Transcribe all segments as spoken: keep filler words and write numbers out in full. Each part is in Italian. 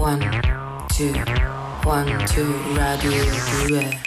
One, two, one, two, Radio due.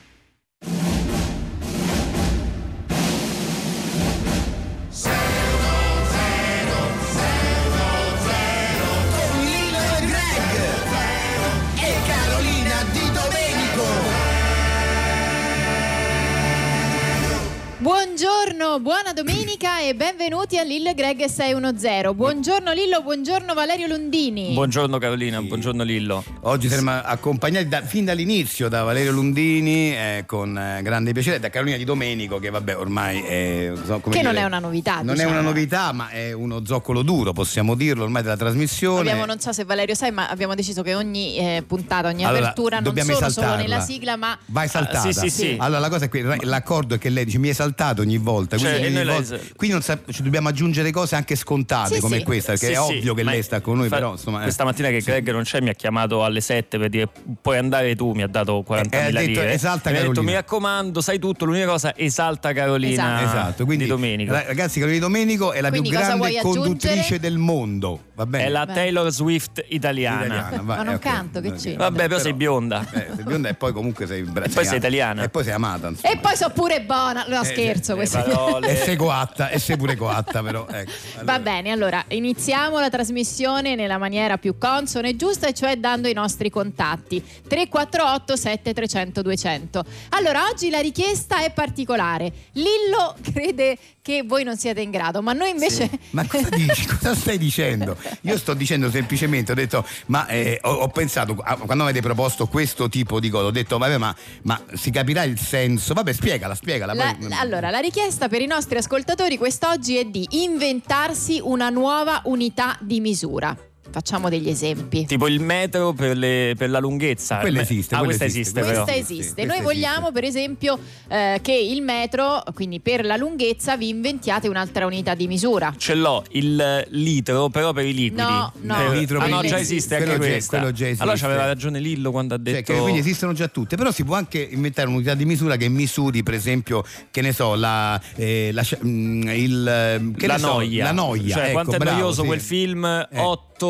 Buongiorno, buona domenica e benvenuti a Lillo e Greg sei uno zero. Buongiorno Lillo, buongiorno Valerio Lundini. Buongiorno Carolina, sì. Buongiorno Lillo. Oggi saremo accompagnati da, fin dall'inizio da Valerio Lundini eh, con eh, grande piacere, da Carolina Di Domenico che vabbè ormai è, so, come che dire, non è una novità. Non diciamo. è una novità, ma è uno zoccolo duro, possiamo dirlo, ormai della trasmissione. Abbiamo, non so se Valerio sai, ma abbiamo deciso che ogni eh, puntata, ogni allora, apertura non sono solo nella sigla, ma vai saltata. Ah, sì, sì, sì. Allora la cosa è qui, l'accordo è che lei dice mi è saltato ogni volta, cioè, quindi, ogni volta, la... quindi non sa, ci dobbiamo aggiungere cose anche scontate sì, come sì. questa, perché sì, è sì, ovvio che lei sta con noi, fa... però insomma, questa eh. mattina che sì. Greg non c'è mi ha chiamato alle sette per dire puoi andare tu, mi ha dato quarantamila eh, lire, esalta mi ha Carolina. detto mi raccomando, sai tutto, l'unica cosa esalta Carolina. Esatto, esatto. Quindi, Di Domenico. Ragazzi, Carolina Di Domenico è la quindi più grande conduttrice aggiungere? del mondo, va bene? È la Beh. Taylor Swift italiana, italiana, vai, ma non eh, okay. canto, che c'è? vabbè però, però sei bionda eh, sei bionda e poi comunque sei bra- e poi sei italiana e poi sei amata insomma. E poi so pure buona, no Eh, scherzo eh, questo. parole. e sei coatta e sei pure coatta però ecco. Allora. Va bene, allora iniziamo la trasmissione nella maniera più consona e giusta, e cioè dando i nostri contatti tre quattro otto sette tre zero zero due zero zero. Allora oggi la richiesta è particolare. Lillo crede che voi non siete in grado, ma noi invece Sì. Ma cosa dici? Cosa stai dicendo? Io sto dicendo semplicemente, ho detto ma eh, ho, ho pensato quando avete proposto questo tipo di cosa, ho detto vabbè ma, ma si capirà il senso, vabbè spiegala, spiegala La, poi... allora, la richiesta per i nostri ascoltatori quest'oggi è di inventarsi una nuova unità di misura. Facciamo degli esempi. tipo il metro per, le, per la lunghezza. Quella Me- esiste, ah quella questa esiste, esiste, Questa però. esiste. Sì, Noi questa vogliamo esiste. per esempio eh, che il metro, quindi per la lunghezza, vi inventiate un'altra unità di misura. Ce l'ho il litro però per i liquidi. No, no. Per- Il litro ah per no, i già liquidi. esiste anche Quello già- questa. quello già esiste. Allora c'aveva ragione Lillo quando ha Cioè, detto che quindi esistono già tutte, però si può anche inventare un'unità di misura che misuri per esempio, che ne so, la, eh, la mh, il che la ne so, noia. la noia, Cioè ecco, quanto è bravo, noioso sì. quel film, Eh. otto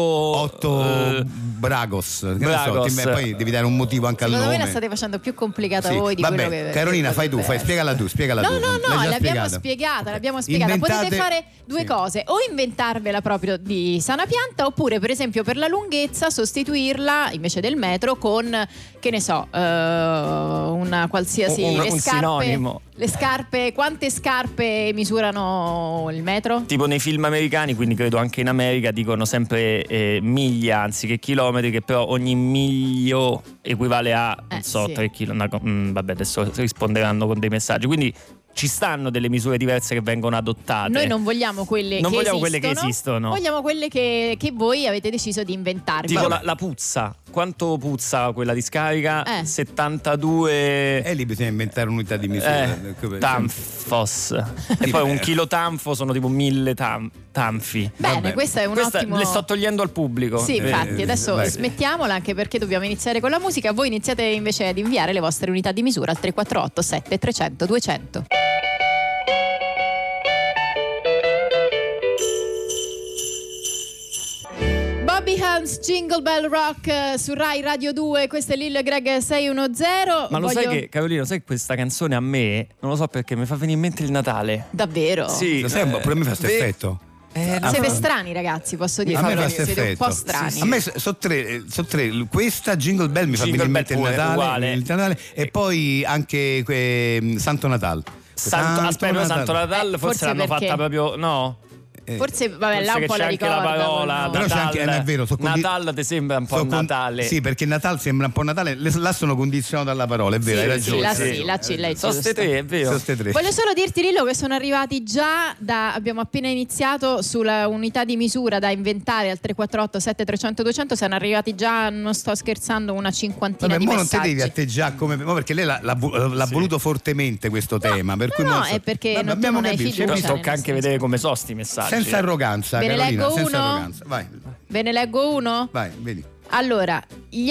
otto eh, Bragos, che ne so, Bragos. ti- poi devi dare un motivo anche al Secondo nome. me la state facendo più complicata Sì. voi di Vabbè, quello che Carolina, che fai tu, potrebbe fai, essere. spiegala tu, spiegala No, tu. no, L'hai no, già l'abbiamo spiegata. spiegata, Ok. l'abbiamo spiegata. Inventate- Potete fare due sì. cose: o inventarvela proprio di sana pianta, oppure per esempio per la lunghezza sostituirla invece del metro con, che ne so, eh, una qualsiasi Un- un- le un scarpe, sinonimo. le scarpe, quante scarpe misurano il metro? tipo nei film americani, quindi credo anche in America dicono sempre eh, miglia anziché chilometri, che però ogni miglio equivale a non Eh, so sì. tre chilometri. Vabbè, adesso risponderanno con dei messaggi, quindi ci stanno delle misure diverse che vengono adottate. Noi non vogliamo quelle Non che vogliamo esistono, quelle che esistono. vogliamo quelle che, che voi avete deciso di inventarvi. tipo Vabbè. la, la puzza, quanto puzza quella di scarica? Eh. settantadue E lì bisogna inventare un'unità di misura. eh, tanfos e poi un chilo tanfo sono tipo mille tam- tanfi. Bene, Vabbè. questo è un Questa ottimo. le sto togliendo al pubblico. Sì, Eh, infatti, adesso vai. smettiamola, anche perché dobbiamo iniziare con la musica. Voi iniziate invece ad inviare le vostre unità di misura al tre quattro otto sette tre zero zero due zero zero. Bobby Helms, Jingle Bell Rock eh, su Rai Radio due. Questo è Lillo e Greg sei uno zero. Ma lo Voglio... sai che, Carolina, sai che questa canzone a me, non lo so perché, mi fa venire in mente il Natale. Davvero? Sì, Lo sai, pure a me fa questo beh, effetto. eh, Ah, Siete fa- strani ragazzi, posso dire. A me Però fa questo siete un effetto. po' strani. A me so, so tre, eh, so tre. Questa Jingle Bell mi fa Jingle venire in mente Bell il pure, Natale, uguale. il Natale e poi anche que- Santo Natal. Santo, aspetta, però Santo Natale Eh, forse, forse l'hanno perché- fatta proprio. No? Eh, Forse, vabbè, Forse là un che po' c'è la anche ricorda. la parola quel- Però c'è anche- Natale. eh, è vero, so condi- Natale ti sembra un po' so con- Natale. Sì, perché Natale sembra un po' Natale, le- là sono condizionato dalla parola, è vero, Sì, hai sì, ragione. là hai sì, ragione, là hai sì, lei ragione. Sono ste tre, è vero. Sono ste tre. Voglio solo dirti, Lillo, che sono arrivati già da. Abbiamo appena iniziato sulla unità di misura da inventare al tre quattro otto sette tre zero zero due zero zero. Sono arrivati già, non sto scherzando, una cinquantina Vabbè, di mo non te messaggi. devi atteggiare come mo perché lei l'ha, l'ha, l'ha voluto fortemente questo tema, per no, cui no, non so. è perché Vabbè, non- tu abbiamo non hai capito, fiducia Però nel tocca anche senso. vedere come so sti messaggi. senza arroganza, Ve ne Carolina, leggo senza uno? arroganza. Vai, Ve ne leggo uno? vai, vedi. Allora, gli a-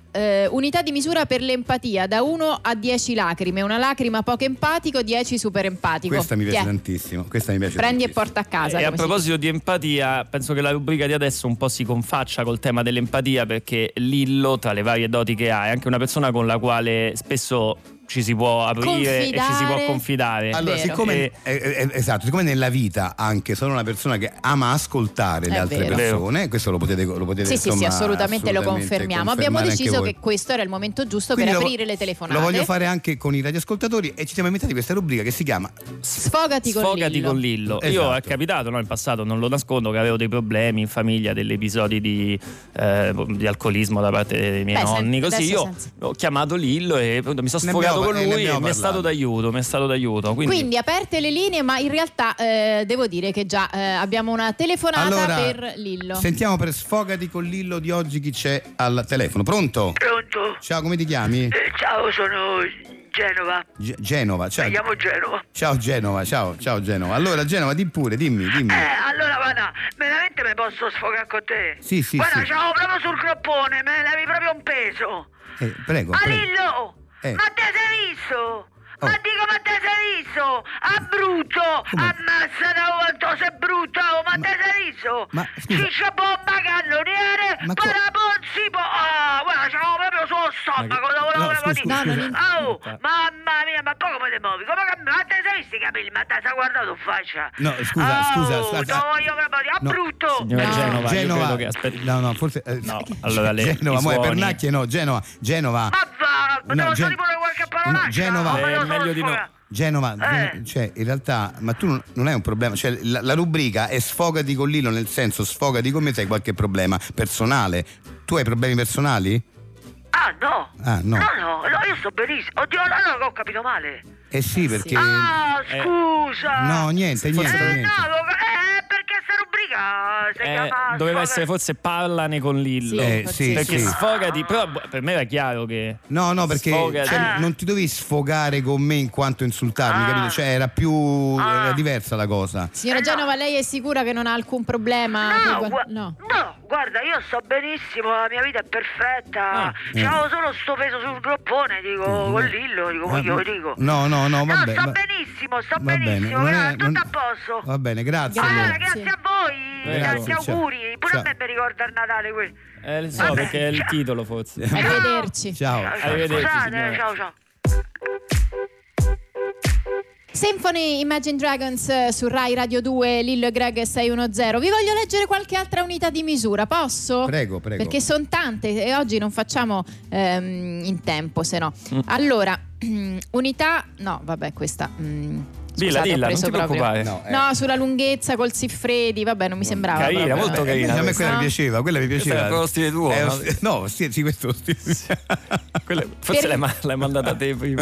eh, unità di misura per l'empatia da uno a dieci lacrime, una lacrima poco empatico, dieci super empatico. Questa mi piace Tiè. tantissimo. Questa mi piace Prendi tantissimo. e porta a casa. E a come si proposito di empatia, penso che la rubrica di adesso un po' si confaccia col tema dell'empatia, perché Lillo, tra le varie doti che ha, è anche una persona con la quale spesso ci si può aprire Confidare. e ci si può confidare. Allora, Vero. siccome, E- eh, eh, esatto, siccome nella vita anche sono una persona che ama ascoltare le È altre vero. persone, questo lo potete, lo potete Sì, sì, sì, insomma, assolutamente, lo assolutamente confermiamo. Abbiamo confermare anche deciso voi. che questo era il momento giusto Quindi per lo- aprire le telefonate. Lo voglio fare anche con i radioascoltatori e ci siamo inventati questa rubrica che si chiama Sfogati con Sfogati Lillo. con Lillo. Esatto. Io è capitato, no, in passato, non lo nascondo, che avevo dei problemi in famiglia, degli episodi di, eh, di alcolismo da parte dei miei Beh, nonni. sen- Così adesso io senza- ho chiamato Lillo e appunto, mi sono Ne sfogato abbiamo- con eh, ne lui e abbiamo mi è stato parlato. d'aiuto. Mi è stato d'aiuto. Quindi, Quindi aperte le linee, ma in realtà eh, devo dire che già eh, abbiamo una telefonata allora, per Lillo. Sentiamo per Sfogati con Lillo di oggi chi c'è al telefono. Pronto? Pronto? Ciao, come ti chiami? Eh, ciao, sono Genova. Ge- Genova, ciao. Mi chiamo Genova. Ciao Genova, ciao, ciao Genova. Allora Genova, di pure, dimmi, dimmi. Eh, allora guarda, veramente mi posso sfogare con te? Sì, sì, Guarda, sì. ciao proprio sul groppone, me levi proprio un peso. Eh, prego, Ah, prego. Lillo! Eh. Ma te sei visto? Oh. Ma dico, ma te sei visto? A brutto! Come? Ammazza da quanto sei brutto! Oh, ma, Ma- te sei visto? ma, scusa. Ciccia bomba cannoniere! Ma co- Paraponzi po... Ah, guarda, c'avevo proprio sullo stomaco, Ma che- dovevo no, proprio scusa, dire. scusa, No, non- Oh, Aspetta. mamma mia, ma poi come ti muovi? Come cambi? Ma te sei visto i capelli? Ma te sei guardato in faccia? No, scusa, oh, scusa, scusa. te voglio proprio dire, a No. brutto! Signora No. Genova, io Genova, credo che aspetti. no, no, forse eh, No, allora le- Genova, i mo' è suoni- pernacchie, no, Genova, Genova. Ma va, No, devo Gen- solo pure qualche parolaccia? no, Genova- o me Eh, devo solo meglio di no. sfogare? Genova, Eh. cioè in realtà, ma tu non, non hai un problema, cioè la, la rubrica è Sfogati con Lillo, nel senso sfogati con me se hai qualche problema personale. Tu hai problemi personali? Ah, no. Ah, no. No, no, no, io sto benissimo. Oddio, allora ho capito male. Eh sì, perché Ah, Eh. scusa. no, niente, niente, Eh, niente. no, lo- eh, perché sta rubrica si Eh, chiama doveva Sfogati- essere forse parlane con Lillo. Sì, Eh, sì, Perché sì. sfogati, però boh, per me era chiaro che. No, no, perché Sfogati. cioè, Ah. non ti dovevi sfogare con me in quanto insultarmi, Ah. capito? Cioè era più Ah. era diversa la cosa. Signora Eh, no. Genova, lei è sicura che non ha alcun problema? No, Che- gua- no. no, guarda, io sto benissimo, la mia vita è perfetta. Ah. C'avevo solo sto peso sul groppone, dico, con Lillo, dico, Va- io dico. No, no, no, No, vabbè. sto va- benissimo, sto va bene, benissimo, non è- guarda, tutto non- a posto. Va bene, grazie. Grazie. Allora, allora. grazie Sì. a voi, Grazie, tanti ciao. auguri. Pure Ciao. a me mi ricorda il Natale qui. Eh, lo so, Vabbè. perché è il titolo forse. Arrivederci. Ciao. Arrivederci, Scusate, signora. ciao ciao. Symphony Imagine Dragons eh, su Rai Radio due, Lillo e Greg sei uno zero. Vi voglio leggere qualche altra unità di misura, posso? Prego, prego. Perché sono tante e oggi non facciamo ehm, in tempo, se no. Allora, unità, no, vabbè, questa. mm, Dilla, scusate, ho dilla, non preso ti proprio- preoccupare. No, eh. No, sulla lunghezza col Siffredi, vabbè, non mi sembrava. Carina, proprio. molto Vabbè, carina a me questa. quella mi piaceva, quella mi Questo piaceva. è proprio lo stile tuo, È no? lo sti- no, sì, sì, questo è lo stile. Quella- forse Per- l'hai, ma- l'hai mandata a te prima.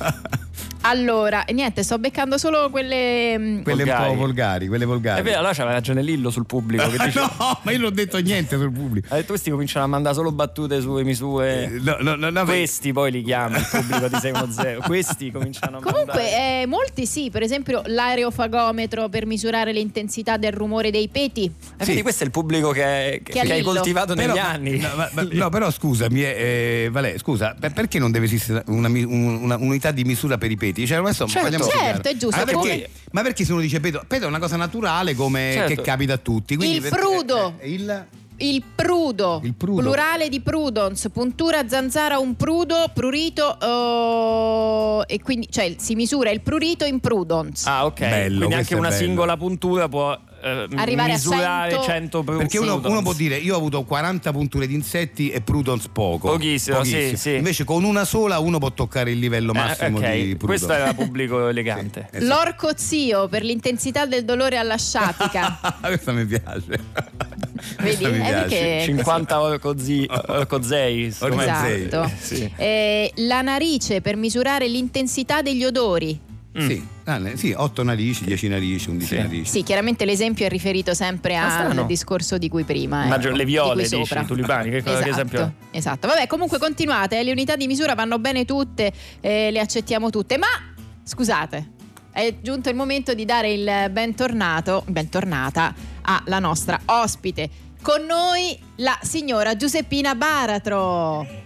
Allora, niente, sto beccando solo quelle. mm, Quelle un Volgari. po' volgari, quelle volgari. È vero, allora c'aveva ragione Lillo sul pubblico. Che dice, No, ma io non ho detto niente sul pubblico. ha detto questi cominciano a mandare solo battute sulle misure. No, no, no, no, Questi poi li chiama il pubblico di sei uno zero. Questi cominciano a Comunque, mandare. eh, molti sì, per esempio l'aerofagometro per misurare l'intensità del rumore dei peti. Eh, vedi, questo è il pubblico che, che- Che ha che hai Lillo. coltivato negli Però- anni. No, ma- ma- no, però scusami, eh, eh, Valè, scusa, per- perché non deve esistere una, mi- un- una unità di misura per i peti? Cioè, questo Certo. vogliamo Certo, spiegare. è giusto, Ma perché, come- ma perché se uno dice peto, peto è una cosa naturale come Certo. che capita a tutti. quindi Il perché- prudo. eh, il, Il prudo, Il prudo. plurale di prudence, puntura, zanzara, un prudo, prurito, oh, e quindi cioè si misura il prurito in prudence. Ah, ok. Bello, Quindi questo anche è una bello. singola puntura può eh, Arrivare a misurare cento. cento pru- Perché uno, prudence. uno può dire io ho avuto quaranta punture di insetti e prudence poco. Pochissimo, sì, sì. Invece con una sola uno può toccare il livello Eh, massimo ok, di prudence. questo era pubblico elegante. Sì, esatto. L'orco zio per l'intensità del dolore alla sciatica. Questa mi piace. Vedi? Questa mi Eh, piace. perché- cinquanta orcozi, orcozei. secondo me. Orcozei. Esatto. Sì. Eh, la narice per misurare l'intensità degli odori. Sì, ah, ne- sì, otto narici, dieci narici, undici Sì. narici. Sì, chiaramente l'esempio è riferito sempre Ah, al strano. discorso di cui prima. Immagino ecco, le viole, di cui dici, sopra. i tulipani, che cosa- che esatto, esempio è? Esatto, vabbè, comunque continuate, eh, le unità di misura vanno bene tutte, eh, le accettiamo tutte, ma scusate, è giunto il momento di dare il bentornato, bentornata alla nostra ospite. Con noi la signora Giuseppina Baratro.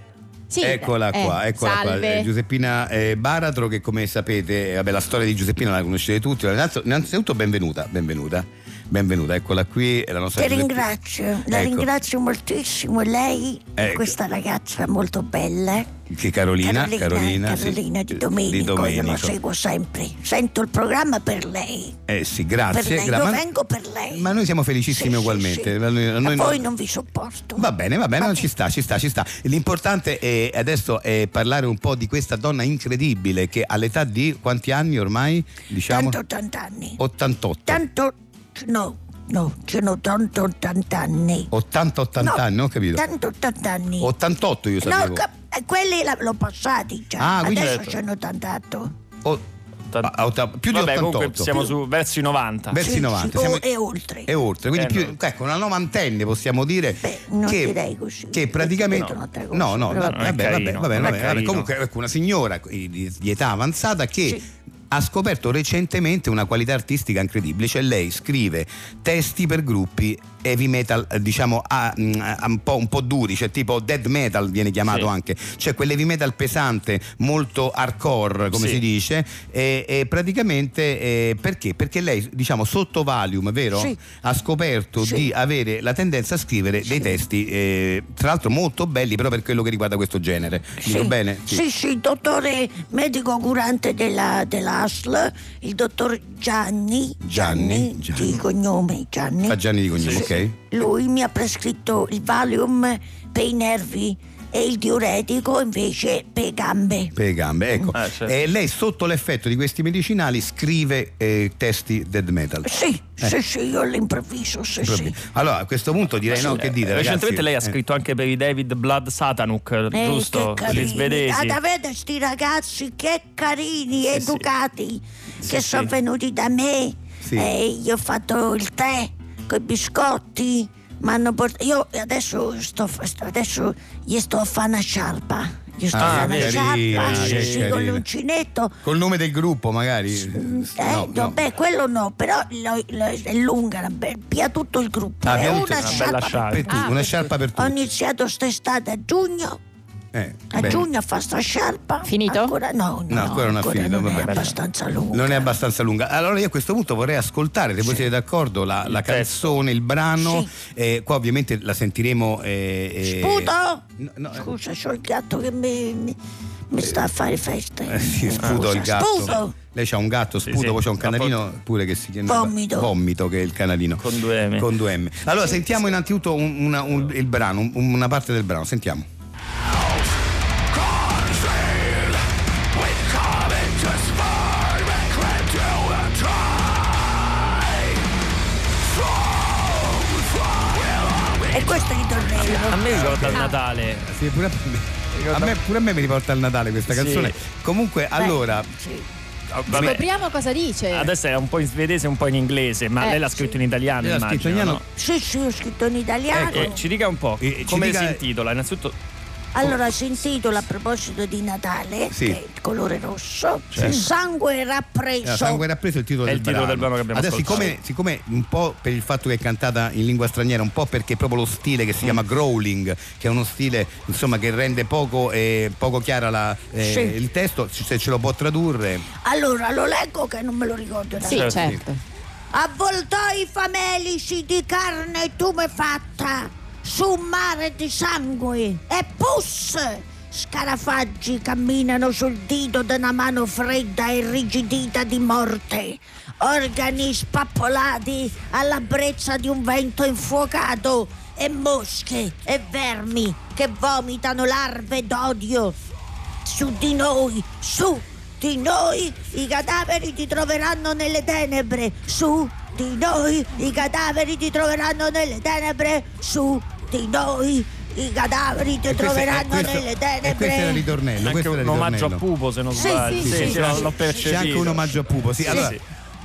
Sì, eccola eh, qua, eccola salve. qua. Eh, Giuseppina eh, Baratro, che come sapete, eh, vabbè, la storia di Giuseppina la conoscete tutti. Innanzi- Innanzitutto benvenuta, benvenuta. Benvenuta, eccola qui, è la nostra Ti Giuseppina. ringrazio, la Ecco. ringrazio moltissimo lei, Ecco. questa ragazza molto bella. Che Carolina, Carolina, Carolina, sì. Carolina di Domenico, Di io Domenico. lo seguo sempre. Sento il programma per lei. Eh sì, grazie. Per lei, gra- io ma, vengo per lei. ma noi siamo felicissimi Sì, sì, ugualmente. sì. A noi- a A noi voi no- non vi sopporto. Va bene, va bene, Va non bene. ci sta, ci sta, ci sta. L'importante è adesso è parlare un po' di questa donna incredibile che all'età di quanti anni ormai? Diciamo Tanto ottanta anni. ottantotto. Tanto, no, no, ce n'ho tanto ottanta anni. ottanta ottanta No, anni, non ho capito. Tanto ottanta anni. ottantotto io No, sapevo. cap- eh, quelli la- l'ho passati già. Ah, quindi- Adesso certo. ce n'ho ottantotto. O- ah, otta- più di Vabbè, ottantotto. comunque siamo su verso i novanta. Verso i novanta, Sì, siamo- o- e oltre. E oltre, quindi Eh, più, no. ecco, una novantenne possiamo dire. Beh, non che, direi così. che praticamente Perché vedono altre cose, no, no, però vabbè, non è vabbè, carino, vabbè, vabbè, non è vabbè, vabbè, carino. comunque ecco, una signora di, di età avanzata che Sì. ha scoperto recentemente una qualità artistica incredibile, cioè lei scrive testi per gruppi heavy metal, eh, diciamo a, a un, po', un po' duri, cioè tipo death metal viene chiamato Sì. anche, cioè quell'heavy metal pesante, molto hardcore come Sì. si dice, e, e praticamente eh, perché? Perché lei, diciamo, sotto Valium, vero? Sì. Ha scoperto Sì. di avere la tendenza a scrivere dei testi eh, tra l'altro molto belli, però per quello che riguarda questo genere. Dico Sì. bene? Sì, sì, dottore medico curante della, dell'A S L, il dottor Gianni, Gianni, Gianni. di cognome Gianni. Fa Gianni di cognome, Sì. ok? Lui mi ha prescritto il Valium per i nervi e il diuretico invece per le gambe. Per le gambe, ecco. Ah, certo. E lei sotto l'effetto di questi medicinali scrive eh, testi death metal. Sì, Eh. sì, sì, io all'improvviso, sì, sì. Allora a questo punto direi no, che dite, Recentemente ragazzi? lei ha Eh. scritto anche per i David Blood Satanuk, Eh, giusto? che Gli carini. svedesi. Ah, vede sti ragazzi che carini, Sì, educati, che Sì, sono sì. venuti da me. Sì. E io ho fatto il tè con i biscotti. Ma hanno port- io adesso sto, sto- adesso gli sto a fare una sciarpa. Gli sto Ah, a fare una carina, sciarpa, che sì, con carina. l'uncinetto. Col nome del gruppo magari? Eh, No, no. Beh, quello no, però lo- lo- è lunga, una be- pia tutto il gruppo. Ah, è pia una tutto- una bella sciarpa. sciarpa. Per tutti, Ah, una per sciarpa per Ho tutti. iniziato quest'estate a giugno. Eh, A bene. giugno a fare sta sciarpa. Finito? Ancora no, no, No, ancora non ha finito, non vabbè. è abbastanza lunga. Non è abbastanza lunga. Allora io a questo punto vorrei ascoltare, se voi siete d'accordo, la, la testo. canzone, il brano. Sì. Eh, qua ovviamente la sentiremo. eh, eh, Sputo? no, no, eh, Scusa, c'ho il gatto che mi, mi, mi sta a fare feste. eh, sì, sputo il Scusa, gatto. Sputo! Lei c'ha un gatto, sputo, sì. poi c'è un Ma canarino pure che si chiama Vomito. Vomito, che è il canarino. Con due M. Con due M. Allora sentiamo innanzitutto un- una- un- il brano, un- una parte del brano, sentiamo. E questo è il A ritornello. me ricorda il Natale. Sì, pure a me, a me- pure a me mi riporta al Natale questa Sì. canzone. Comunque, allora, Sì. Vabbè, Scopriamo cosa dice. adesso è un po' in svedese e un po' in inglese, ma Eh, lei l'ha scritto in italiano, Lei l'ha immagino, scritto in italiano? no? Sì, sì, ho scritto in italiano. Eh, ci dica un po' Eh, ci come dica- si intitola. Innanzitutto Allora, si intitola a proposito di Natale, Sì. che è il colore rosso, sangue rappreso. Eh, Sangue rappreso è il titolo È del il titolo brano. del brano che abbiamo Adesso ascoltato. siccome, siccome un po' per il fatto che è cantata in lingua straniera, un po' perché è proprio lo stile che si chiama growling, che è uno stile insomma che rende poco, eh, poco chiara la, eh, Sì. il testo, se ce lo può tradurre. Allora, lo leggo che non me lo ricordo da Sì, Certo. certo. Avvoltoi famelici di carne tumefatta su un mare di sangue e pus. Scarafaggi camminano sul dito di una mano fredda e irrigidita di morte. Organi spappolati alla brezza di un vento infuocato e mosche e vermi che vomitano larve d'odio. Su di noi, su di noi i cadaveri ti troveranno nelle tenebre. Su di noi i cadaveri ti troveranno nelle tenebre. Su di noi i cadaveri ti E questo- troveranno e questo- nelle E questo era il tenebre. ritornello. anche questo era un il omaggio a ritornello. Pupo, se non Sì, sbaglio. sì, sì, sì, sì, l'ho, sì. l'ho C'è percepito. anche un omaggio a Pupo, sì. Sì, Allora, sì.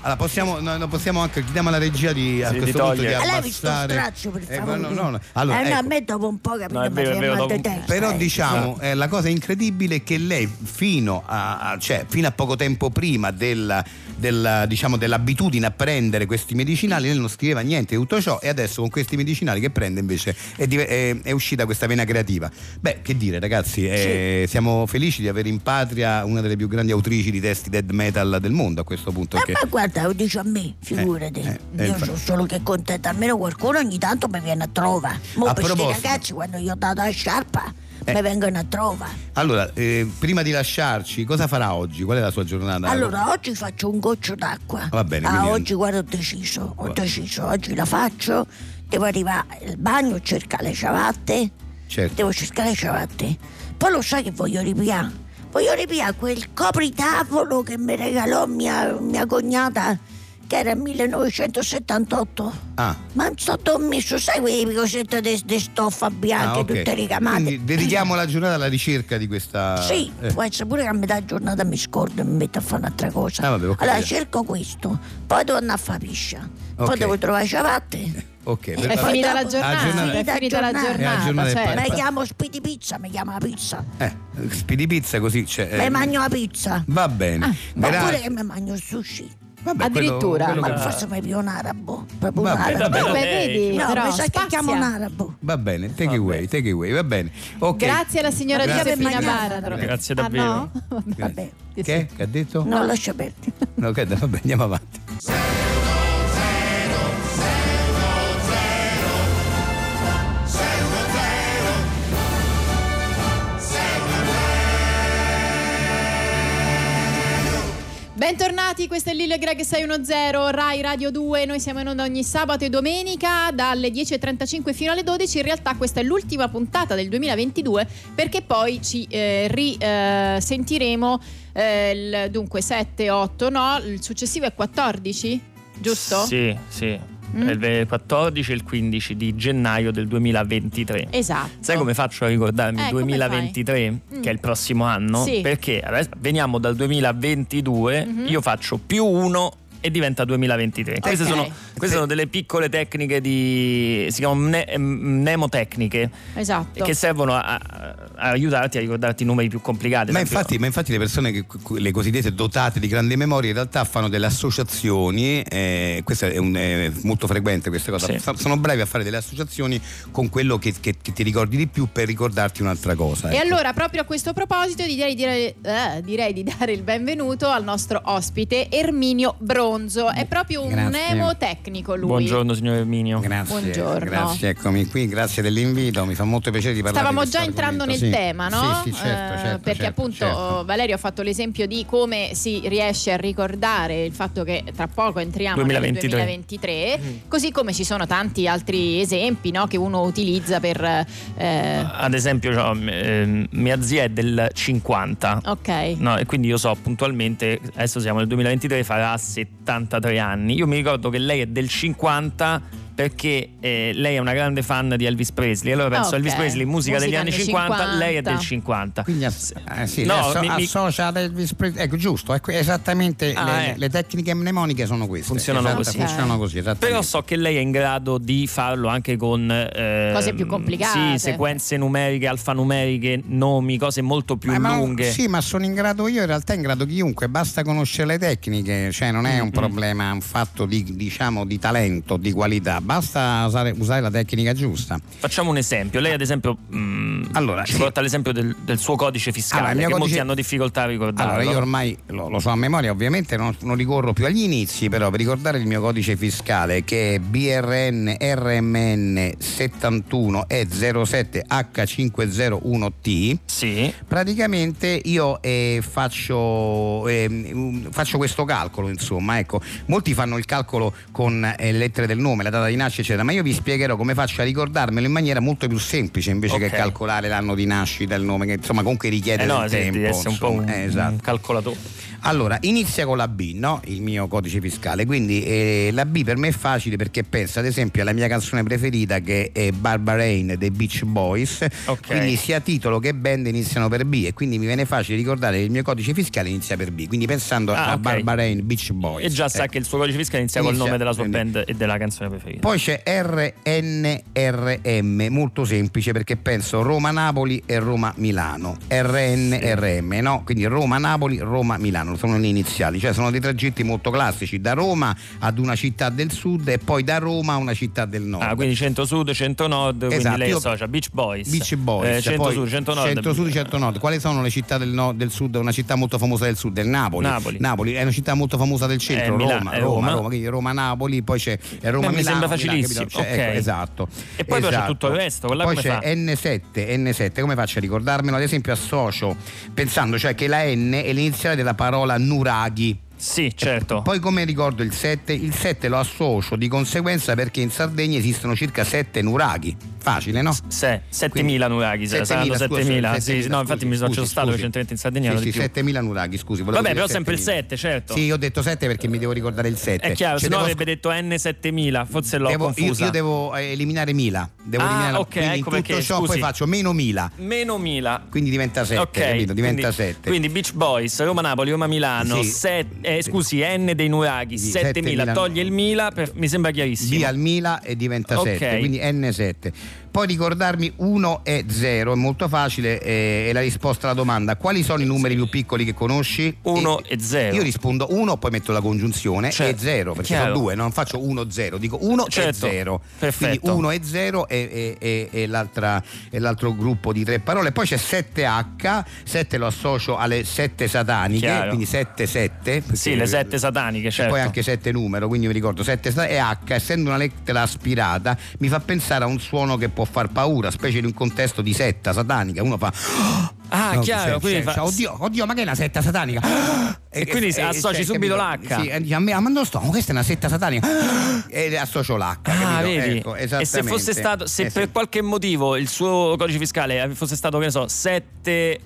Allora possiamo, no, no, possiamo anche chiediamo alla regia di a Sì, questo di punto di togliere. A lei vi sto abbassare. straccio, per Eh, favore. no, no, no. Allora, eh, no, a ecco. me dopo un po' capito, No, è vero, mi è vero, fa mal di dopo- testa, Però eh. diciamo eh, la cosa incredibile è che lei fino a, a- cioè, fino a poco tempo prima della, della, diciamo, dell'abitudine a prendere questi medicinali lei non scriveva niente di tutto ciò, e adesso con questi medicinali che prende invece è, div- è- è uscita questa vena creativa. Beh, che dire ragazzi, eh, siamo felici di avere in patria una delle più grandi autrici di testi death metal del mondo a questo punto. Eh, che... ma guarda, lo dici a me, figurati. Eh, eh, Io infatti. so solo che contenta, almeno qualcuno ogni tanto mi viene a trovare. Mo A per sti proposito. ragazzi, quando io ho dato la sciarpa, Eh. mi vengono a trovare. Allora, eh, prima di lasciarci, cosa farà oggi? Qual è la sua giornata? Allora, oggi faccio un goccio d'acqua. Va bene, Ah, quindi- oggi guarda, ho deciso, ho deciso, oggi la faccio, devo arrivare al bagno, cercare le ciabatte, Certo. devo cercare le ciabatte. Poi lo sai che voglio ripiare? Voglio ripiare quel copritavolo che mi regalò mia, mia cognata, che era millenovecentosettantotto. Ah. Ma non so dove ho messo, sai quelle cosette di stoffa bianche, Ah, ok. tutte ricamate. Quindi dedichiamo la giornata alla ricerca di questa. Sì, eh. può essere pure che a metà giornata mi scordo e mi metto a fare un'altra cosa. Ah, vabbè, ho allora capito. cerco questo, poi devo andare a fare piscia, Ok. poi devo trovare ciabatte. Ok, È È poi finita la dopo- giornata, Ah, giornata- è finita la È la giornata, giornata del certo. pa- Mi chiamo Speedy Pizza, mi chiama la pizza. Eh, Speedy Pizza così c'è. eh, Mi mangio la pizza. Va bene. Oppure Gra- che mi mangio il sushi. Vabbè, Addirittura. quello- quello Ma che- forse mi più un arabo. Proprio un Vabbè, arabo. vabbè, Vabbè, lei- vedi, No, però mi sa che spazia. chiamo un arabo. Va bene, take it away, take it away, va bene. Ok. Grazie alla signora Grazie Giuseppina per mangiare. Baratro. Grazie Ah, davvero. no? Vabbè. Che? Che ha detto? No, lascia perdere. No, che- vabbè, andiamo avanti. Bentornati, questo è Lillo e Greg sei uno zero, Rai Radio due, noi siamo in onda ogni sabato e domenica dalle dieci e trentacinque fino alle dodici. In realtà questa è l'ultima puntata del duemilaventidue, perché poi ci eh, risentiremo eh, il, dunque sette, otto, no, il successivo è quattordici, giusto? Sì, sì. Mm. Il quattordici e il quindici di gennaio del duemilaventitré. Esatto. Sai come faccio a ricordarmi Eh, il come duemilaventitré, fai? Mm. che è il prossimo anno? Sì. Perché adesso veniamo dal duemilaventidue, Mhm. io faccio più uno e diventa duemilaventitré. Queste, Ok. sono, queste sono delle piccole tecniche di. Si chiamano mne- mnemotecniche, Esatto. che servono a, a- a aiutarti a ricordarti i numeri più complicati. Ma Ad esempio- infatti, ma infatti le persone che le cosiddette dotate di grande memoria in realtà fanno delle associazioni, eh, questo è, un, è molto frequente queste cose, Sì. Fa- sono bravi a fare delle associazioni con quello che, che- che ti ricordi di più per ricordarti un'altra cosa. E ecco. allora, proprio a questo proposito, direi, direi, eh, direi di dare il benvenuto al nostro ospite Erminio Bronzo. È proprio un Grazie. mnemotecnico lui. Buongiorno signor Erminio. Grazie, Buongiorno. grazie, eccomi qui, grazie dell'invito, mi fa molto piacere di parlare Stavamo di già questo entrando nel argomento. tema, Sì, no? Sì, sì, certo, Eh, certo, perché certo, appunto certo. Valerio ha fatto l'esempio di come si riesce a ricordare il fatto che tra poco entriamo duemilaventitré. nel duemilaventitré, così come ci sono tanti altri esempi, no, che uno utilizza per eh, Ad esempio, cioè, ehm, mia zia è del cinquanta. ok. No, e quindi io so puntualmente, adesso siamo nel duemilaventitré, farà settantatré anni. Io mi ricordo che lei è del cinquanta perché eh, lei è una grande fan di Elvis Presley. Allora penso Ok. Elvis Presley, musica, Musica degli anni anni cinquanta, cinquanta. lei è del cinquanta. Quindi ass- eh, sì, No, lei asso- mi- mi- associa ad Elvis Presley. Ecco, giusto, ecco, esattamente Ah, le, eh. le tecniche mnemoniche sono queste. Funzionano Esatta- così. Funzionano così, esattamente. Però so che lei è in grado di farlo anche con eh, Cose più complicate. Sì, sequenze numeriche, alfanumeriche, nomi, cose molto più Ma- ma- lunghe. Sì, ma sono in grado io, in realtà è in grado chiunque, basta conoscere le tecniche, cioè non è un problema, un fatto di, diciamo, di talento, di qualità, basta usare, usare la tecnica giusta. Facciamo un esempio. Lei ad esempio mh, Allora, ci sì. porta l'esempio del, del suo codice fiscale, Allora, il che mio molti codice- hanno difficoltà a ricordarlo. Allora, io ormai lo, lo so a memoria, ovviamente non, non ricorro più agli inizi, però per ricordare il mio codice fiscale, che è B R N R M N settantuno E zero sette H cinquecentouno T, Sì. praticamente io eh, faccio, eh, faccio questo calcolo, insomma, ecco, molti fanno il calcolo con eh, le lettere del nome, la data di di nascita eccetera, ma io vi spiegherò come faccio a ricordarmelo in maniera molto più semplice invece Ok. che calcolare l'anno di nascita, il nome, che insomma comunque richiede Eh no, del sì, tempo. deve essere un po' insomma. un, Eh, esatto. un calcolatore. Allora, inizia con la B, no? Il mio codice fiscale. Quindi eh, la B per me è facile perché penso ad esempio alla mia canzone preferita che è Barbara Rain dei Beach Boys. Ok. Quindi sia titolo che band iniziano per B e quindi mi viene facile ricordare che il mio codice fiscale inizia per B. Quindi pensando Ah, a ok. Barbara Rain, Beach Boys. E già sa Ecco. che il suo codice fiscale inizia col Inizia- nome della sua quindi- band e della canzone preferita. Poi c'è R N R M, molto semplice perché penso Roma-Napoli e Roma-Milano. R N R M, no? Quindi Roma-Napoli, Roma-Milano, sono le iniziali, cioè sono dei tragitti molto classici, da Roma ad una città del sud e poi da Roma a una città del nord. Ah, quindi centro sud, centro nord, quindi Esatto, lei io- associa Beach Boys. Beach Boys, eh, centro poi sud, centro nord. centro sud, centro nord. Quali sono le città del, nord, del sud? Una città molto famosa del sud, del Napoli. Napoli. è una città molto famosa del centro, Eh, Mila- Roma, è Roma, Roma. Roma, quindi Roma-Napoli, poi c'è eh, Roma Beh, mi Milano, sembra Milano, facilissimo, capito? Cioè, ok. ecco, esatto. E poi c'è esatto. tutto il resto, quella poi come c'è fa? N sette, N sette, come faccio a ricordarmelo? Ad esempio associo pensando cioè che la N è l'iniziale della parola nuraghi. Sì, certo. Poi come ricordo il sette? Il sette lo associo di conseguenza perché in Sardegna esistono circa sette nuraghi. Facile, no? Se, settemila nuraghi, saranno settemila, scusa, settemila. Sì, settemila, no, infatti scusi, mi sono scusi, stato scusi. recentemente in Sardegna. Sì, non sì, di più. settemila nuraghi, scusi. volevo Vabbè, dire però sempre il settemila. sette, certo. Sì, io ho detto sette perché mi devo ricordare il sette. È chiaro, Cioè, se no devo avrebbe detto N settemila, forse l'ho Devo, io, confusa. io devo eh, eliminare Mila. Devo Ah, eliminare, ok, quindi ecco in tutto perché, ciò scusi. poi faccio meno Mila. Meno Mila. Quindi diventa sette, Ok, capito? Diventa quindi, sette. quindi Beach Boys, Roma Napoli, Roma Milano, Sì. set- eh, scusi, N dei nuraghi, Sì, settemila, settemila. toglie il Mila, per- mi sembra chiarissimo. B al Mila e diventa Ok. sette, quindi N sette. Poi ricordarmi uno e zero è molto facile, eh, è la risposta alla domanda: quali sono i numeri più piccoli che conosci? uno e zero. Io rispondo uno, poi metto la congiunzione Cioè, e zero, perché chiaro. sono due, non faccio uno zero, dico uno Certo, e zero. perfetto. Quindi uno e zero e, e, e, e l'altra, e l'altro gruppo di tre parole. Poi c'è sette H, sette lo associo alle sette sataniche, Chiaro. quindi sette sette. Sì, le sette sataniche, C'è certo. poi anche sette numero, quindi mi ricordo sette e H, essendo una lettera aspirata, mi fa pensare a un suono che può far paura, specie in un contesto di setta satanica. Uno fa Ah, no, chiaro, cioè, quindi cioè, fa- oddio, oddio, ma che è una setta satanica? E quindi associ subito capito? l'H. Sì, e dici, a me, ma non sto, ma questa è una setta satanica. E associo l'H. Ah, capito? vedi? Ecco, e se esattamente. fosse stato, se Eh, sì. per qualche motivo il suo codice fiscale fosse stato, che ne so, sette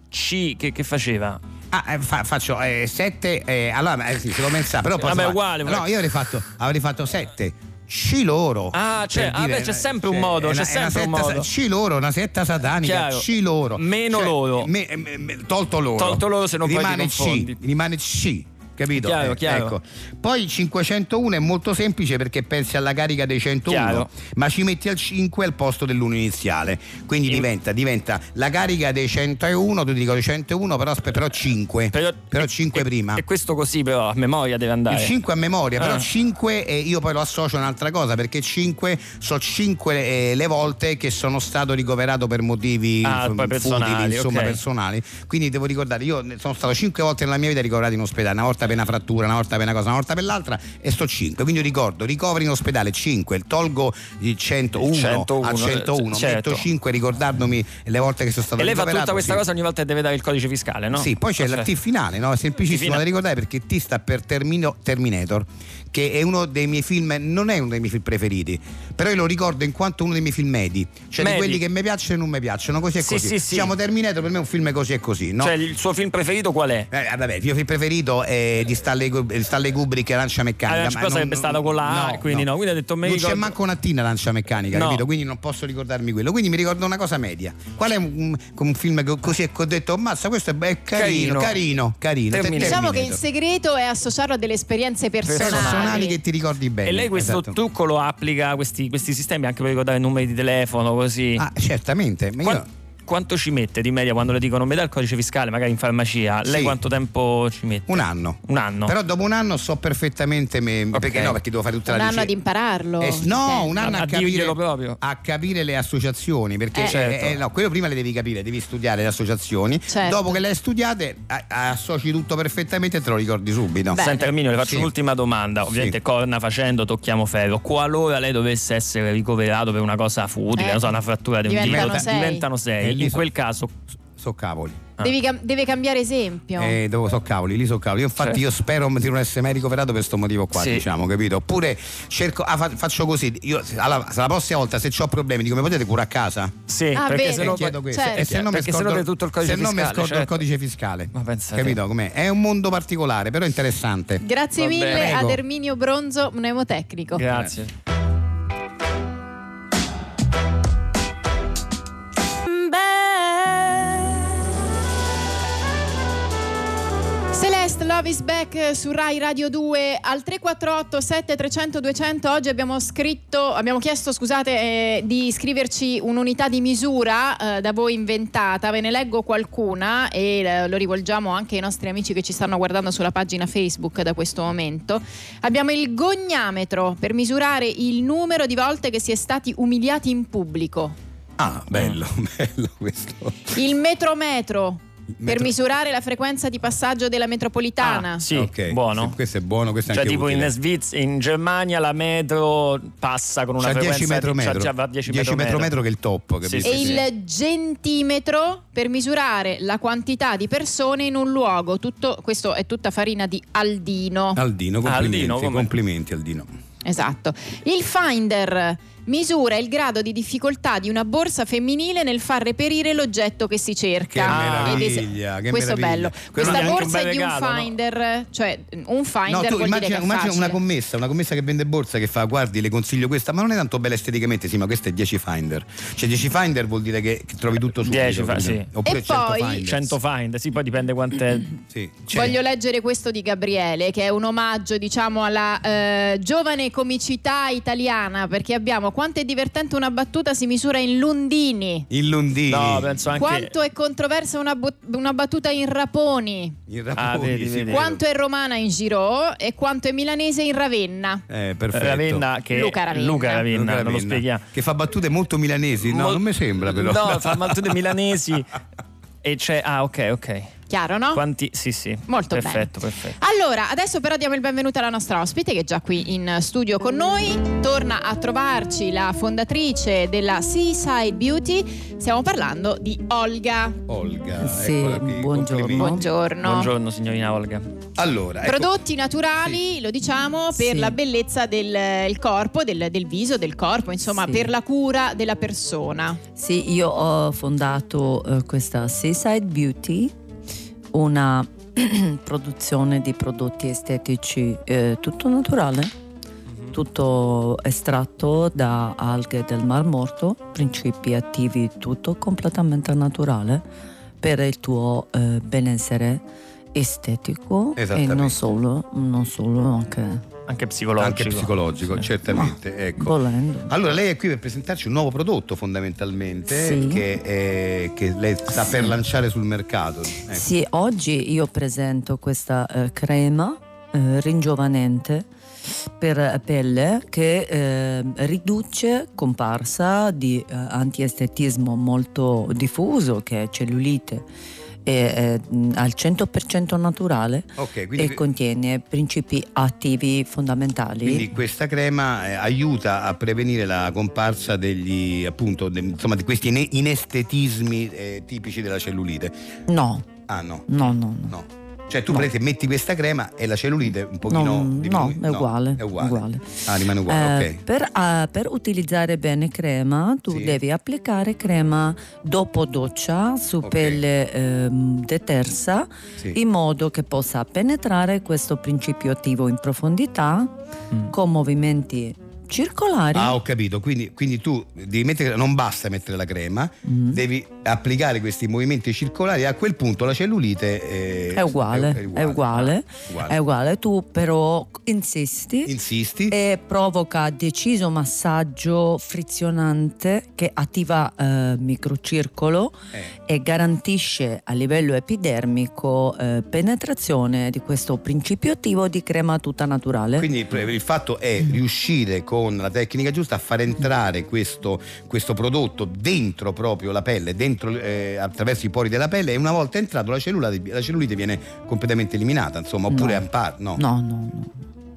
C, che, che faceva? Ah, eh, fa- faccio sette, allora eh, sì, se lo pensavo, però posso Vabbè, fare- uguale, no, uguale. io avrei fatto avrei fatto sette. C loro. Ah, c'è- Per ah, dire, beh, c'è sempre un cioè, modo, è c'è una- è una sempre un setta modo. sa- C loro, una setta satanica, Chiaro. C loro. Meno Cioè, loro. me- me- me- tolto loro. Tolto loro, se non poi ti rimane C, confondi. rimane C. Capito? Chiaro, Eh, chiaro. Ecco. Poi il cinquecentouno è molto semplice perché pensi alla carica dei centouno, Chiaro. ma ci metti al cinque al posto dell'uno iniziale. Quindi In- diventa, diventa la carica dei centouno, tu dico dei centouno, però, aspe- però cinque. Però, e- cinque e- prima. E questo così però a memoria deve andare. Il cinque a memoria, però Ah. cinque eh, io poi lo associo a un'altra cosa perché cinque so cinque eh, le volte che sono stato ricoverato per motivi Ah, f- poi personali, futili, insomma ok. personali. Quindi devo ricordare, io ne- sono stato cinque volte nella mia vita ricoverato in ospedale, una volta per una frattura, una volta per una cosa, una volta per l'altra e sto cinque. Quindi io ricordo, ricoveri in ospedale cinque, tolgo il centouno, centouno, al centouno, certo. metto cinque ricordandomi le volte che sono stato E lei fa ricoverato. tutta questa sì. cosa ogni volta che deve dare il codice fiscale, no? Sì, poi c'è la T Perfetto. finale, no? È semplicissimo T finale. da ricordare perché T sta per Termino- Terminator, che è uno dei miei film, non è uno dei miei film preferiti, però io lo ricordo in quanto uno dei miei film medi, cioè Medi. di quelli che mi piacciono e non mi piacciono, così e Sì, così. sì, sì. Diciamo Terminator per me è un film così e così, no? Cioè il suo film preferito qual è? Eh, vabbè, il mio film preferito è di Stanley, Gu- Stanley Kubrick, Lancia Meccanica. Ah, ma però sarebbe non- stato con la A, quindi no, quindi ha detto, me non ricordo- c'è manco una T nella Lancia Meccanica, No. capito? Quindi non posso ricordarmi quello. Quindi mi ricordo una cosa media. Qual è un, un- un film che così e ho detto, mazza, questo è, è carino, Carino. carino, carino. Terminator. Diciamo che il Terminator. segreto è associarlo a delle esperienze personali. personali che ti ricordi bene. E lei questo esatto. trucco lo applica, questi, questi sistemi, anche per ricordare numeri di telefono, così? Ah, certamente. Ma Qua- io- Quanto ci mette di media quando le dicono mi dà il codice fiscale, magari in farmacia? Lei Sì. quanto tempo ci mette? un anno. Un anno? Però dopo un anno so perfettamente me- Ok. perché no, perché devo fare tutta Un la anno ad ricerca. impararlo. Eh, no, intendo. un anno A a, capire, dirglielo proprio. a capire le associazioni, perché Eh. Certo. eh, eh, no, quello prima le devi capire, devi studiare le associazioni. Certo. Dopo che le hai studiate, a- associ tutto perfettamente e te lo ricordi subito. Beh. Senta Erminio, le faccio Sì. un'ultima domanda. Ovviamente Sì. corna facendo, tocchiamo ferro. Qualora lei dovesse essere ricoverato per una cosa futile, Eh. non so, una frattura di un Diventano dito, sei. diventano sei. Eh, In lì so- quel caso so cavoli. Ah. Devi cam- deve cambiare esempio. Eh, dove so cavoli, lì so cavoli. Io, infatti, Certo. io spero di non essere medico operato per questo motivo qua, Sì. diciamo, capito? Oppure cerco, ah, fa- faccio così. Io alla, la prossima volta, se ho problemi, dico: mi potete curare a casa? Sì, Ah, perché vedi. se no E chiedo questo. certo. E se no mi Perché se no scordo, è tutto il codice se no mi fiscale, scordo il certo. codice fiscale. Ma pensate. Capito com'è? È un mondo particolare, però interessante. Grazie Va mille bene. ad Prego. Erminio Bronzo, mnemotecnico. Grazie. Celeste, Love is Back su Rai Radio due al tre quattro otto sette tre zero zero due zero zero. Oggi abbiamo scritto, abbiamo chiesto, scusate, eh, di scriverci un'unità di misura eh, da voi inventata. Ve ne leggo qualcuna e eh, lo rivolgiamo anche ai nostri amici che ci stanno guardando sulla pagina Facebook da questo momento. Abbiamo il gognametro per misurare il numero di volte che si è stati umiliati in pubblico. Ah, bello, bello questo. Il metrometro per Metro- misurare la frequenza di passaggio della metropolitana. Ah, sì, Ok, buono. sì, questo è buono, questo è Cioè, anche tipo utile. in Svizzera, in Germania la metro passa con una C'ha frequenza dieci metro di- metro. c'ha- va dieci dieci metro metro metro che è il top, Sì, capito? E il gentimetro per misurare la quantità di persone in un luogo. Tutto, questo è tutta farina di Aldino. Aldino, complimenti, Aldino, come? complimenti Aldino. Esatto. Il Finder misura il grado di difficoltà di una borsa femminile nel far reperire l'oggetto che si cerca. Che Ah. Ed es- meraviglia, che questo è meraviglia. bello. Quello Questa è anche un borsa bel è di un regalo, no? Finder, cioè un Finder No, tu vuol immagina, dire che è immagina facile. una commessa, una commessa che vende borsa che fa: guardi, le consiglio questa, ma non è tanto bella esteticamente, sì, ma questa è dieci Finder. Cioè dieci Finder vuol dire che, che trovi tutto subito. dieci fa- capito? sì. Oppure E cento poi- Finder. cento find, sì, poi dipende quant'è. Sì. Voglio leggere questo di Gabriele, che è un omaggio, diciamo, alla eh, giovane comicità italiana, perché abbiamo: quanto è divertente una battuta si misura in lundini. Il Lundini. No, penso anche Quanto è controversa una, bu- una battuta in raponi. Il Ah, Raponi, vedi, sì, vedi. vero. Quanto è romana in Giro e quanto è milanese in Ravenna. Eh, perfetto. Ravenna, che Luca Ravenna. Luca Ravenna, Luca non lo Ravenna, spieghiamo. che fa battute molto milanesi. No, Mol- non mi sembra però. No, fa battute milanesi e c'è ah, ok, ok. Chiaro, no? Quanti sì, sì. Molto perfetto, bene. perfetto. Allora, adesso però diamo il benvenuto alla nostra ospite che è già qui in studio con noi. Torna a trovarci la fondatrice della Seaside Beauty. Stiamo parlando di Olga. Olga, Sì, eccola qui, buongiorno. complimenti. Buongiorno. Buongiorno signorina Olga. Allora, ecco, Prodotti naturali, lo diciamo, per Sì. la bellezza del il corpo, del, del viso, del corpo, insomma, Sì. per la cura della persona. Sì, io ho fondato eh, questa Seaside Beauty, una produzione di prodotti estetici eh, tutto naturale, tutto estratto da alghe del Mar Morto, principi attivi, tutto completamente naturale per il tuo eh, benessere estetico e Esattamente. non solo, non solo anche Anche psicologico. anche psicologico, Sì. certamente. Ecco. volendo. Allora, lei è qui per presentarci un nuovo prodotto fondamentalmente Sì. che, è- che lei sta Sì. per lanciare sul mercato. Ecco. Sì, oggi io presento questa eh, crema eh, ringiovanente per pelle che eh, riduce comparsa di eh, antiestetismo molto diffuso, che è cellulite, è eh, al cento per cento naturale Ok, quindi, e contiene principi attivi fondamentali. quindi questa crema eh, aiuta a prevenire la comparsa degli appunto de- insomma di questi ine- inestetismi eh, tipici della cellulite. No, Ah no, no, no, no. no. Cioè tu No. prendi, metti questa crema e la cellulite un pochino No, diminui- no, è uguale, è uguale. uguale. Ah, rimane uguale, Eh, ok. per, ah, per utilizzare bene crema tu Sì. devi applicare crema dopo doccia su Ok. pelle ehm, detersa Sì. in modo che possa penetrare questo principio attivo in profondità Mm. con movimenti circolari. Ah, ho capito. Quindi, quindi tu devi mettere, non basta mettere la crema, Mm. devi applicare questi movimenti circolari e a quel punto la cellulite eh, È uguale, è uguale, Ah, uguale. è uguale. Tu però insisti Insisti. e provoca deciso massaggio frizionante che attiva eh, microcircolo Eh. e garantisce a livello epidermico eh, penetrazione di questo principio attivo di crema tutta naturale. Quindi pre- il fatto è riuscire con la tecnica giusta a far entrare questo, questo prodotto dentro proprio la pelle, dentro, eh, attraverso i pori della pelle, e una volta entrato la cellulite, la cellulite viene completamente eliminata, insomma, oppure No. a par- no. No, no, no.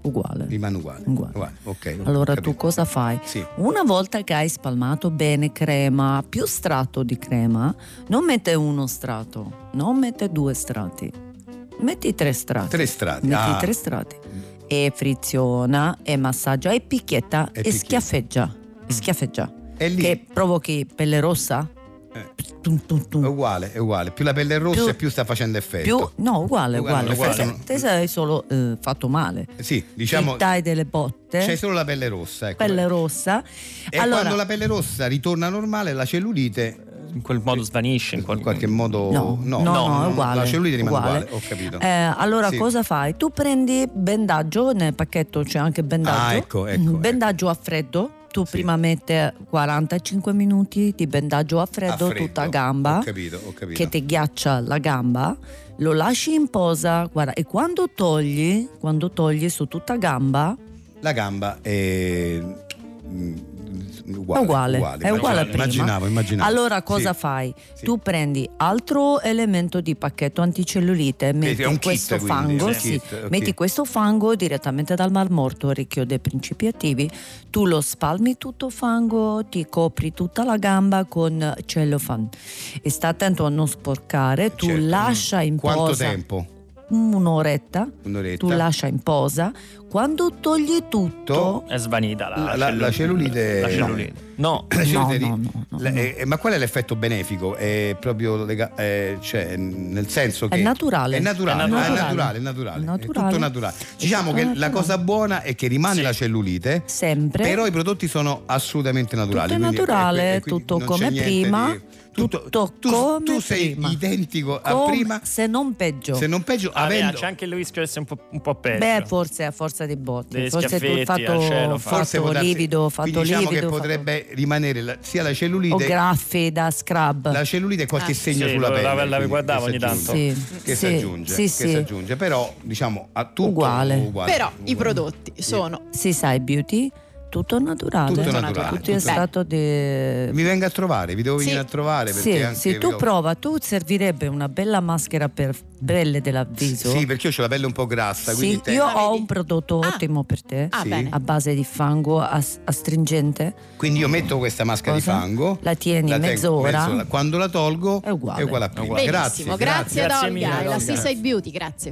uguale. Rimane uguale. Uguale. Uguale, ok. Allora capito. tu cosa fai? Sì. Una volta che hai spalmato bene crema, più strato di crema, non mette uno strato, non mette due strati, metti tre strati. Tre strati. Metti Ah. tre strati. E friziona, e massaggia, e picchietta, E e, picchietta. schiaffeggia. Schiaffeggia. E lì Che provochi pelle rossa? Eh. Tum, tum, tum. è uguale, è uguale. Più la pelle è rossa Più- e più sta facendo effetto. Più, no, uguale, Uguale, uguale. uguale. Te- Te sei solo eh, fatto male. Sì, diciamo Ti dai delle botte. c'è solo la pelle rossa, ecco. Pelle rossa. E allora, quando la pelle rossa ritorna normale, la cellulite In quel modo svanisce. In in qualche, qualche modo No, no, no, è uguale. La cellulite rimane uguale. uguale, ho capito. Eh, allora Sì. cosa fai? Tu prendi bendaggio, nel pacchetto c'è anche bendaggio. Ah, ecco, ecco, bendaggio a freddo. Tu Sì. prima metti quarantacinque minuti di bendaggio a freddo, A freddo. tutta gamba, Ho capito, ho capito. che ti ghiaccia la gamba, lo lasci in posa, guarda, e quando togli, quando togli su tutta gamba, La gamba è mm, uguale, è uguale, è uguale a prima. Immaginavo, immaginavo. Allora cosa Sì. fai? Sì. Tu prendi altro elemento di pacchetto anticellulite, metti è un kit, questo quindi, fango, sì. sì, Kit, ok. metti questo fango direttamente dal Mar Morto, ricco dei principi attivi, tu lo spalmi tutto fango, ti copri tutta la gamba con cellophane e sta attento a non sporcare, tu Certo. lascia in Quanto posa tempo? un'oretta, Un'oretta. tu lascia in posa, quando togli tutto... È svanita la, La- la- la cellulite- La cellulite. No. La cellulite no, ri- no, no, la- no. eh, ma qual è l'effetto benefico? È proprio lega- eh, cioè, nel senso che È naturale. È naturale, È ah, è naturale. naturale, è naturale. È È naturale. tutto naturale. Diciamo tutto che la naturale. cosa buona è che rimane Sì. la cellulite, Sempre. però i prodotti sono assolutamente naturali. Tutto è quindi- naturale, e- e quindi tutto non come c'è niente prima, di- tutto- tutto tu, come tu sei prima. identico a Come- prima, se non peggio. se non peggio, Ah, beh, avendo c'è anche il rischio di essere un po', un po' peggio. Beh, forse a forza di botte, Dei forse tu schiaffetti fatto, al cielo, fatto forse può darsi- livido, fatto quindi diciamo livido, che fatto- potrebbe rimanere la- sia la o cellulite graffi da scrub. la cellulite e qualche Ah. segno Sì, sulla la- pelle, la- la quindi, riguardavo che si ogni tanto. aggiunge, Sì, che si sì, aggiunge, sì, che sì. si aggiunge, però diciamo a tutto Uguale. uguale, Però i uguale. prodotti sono Seaside Beauty, tutto naturale. Tutto Tutto naturale, Tutto è tutto- stato di... Mi venga a trovare, vi devo Sì. venire a trovare perché Sì, anche sì, tu vedo- prova, tu servirebbe una bella maschera per pelle dell'avviso. Sì, perché io ho la pelle un po' grassa, Sì, quindi te- io Ah, ho vedi? un prodotto Ah. ottimo per te. Ah, Sì. bene. A base di fango as- astringente. quindi io metto questa maschera Cosa? di fango, La tieni tengo mezz'ora. quando la tolgo È uguale. a prima. Benissimo, Grazie, grazie, grazie. ad Grazie Olga mille, e la Olga. Seaside Beauty, grazie.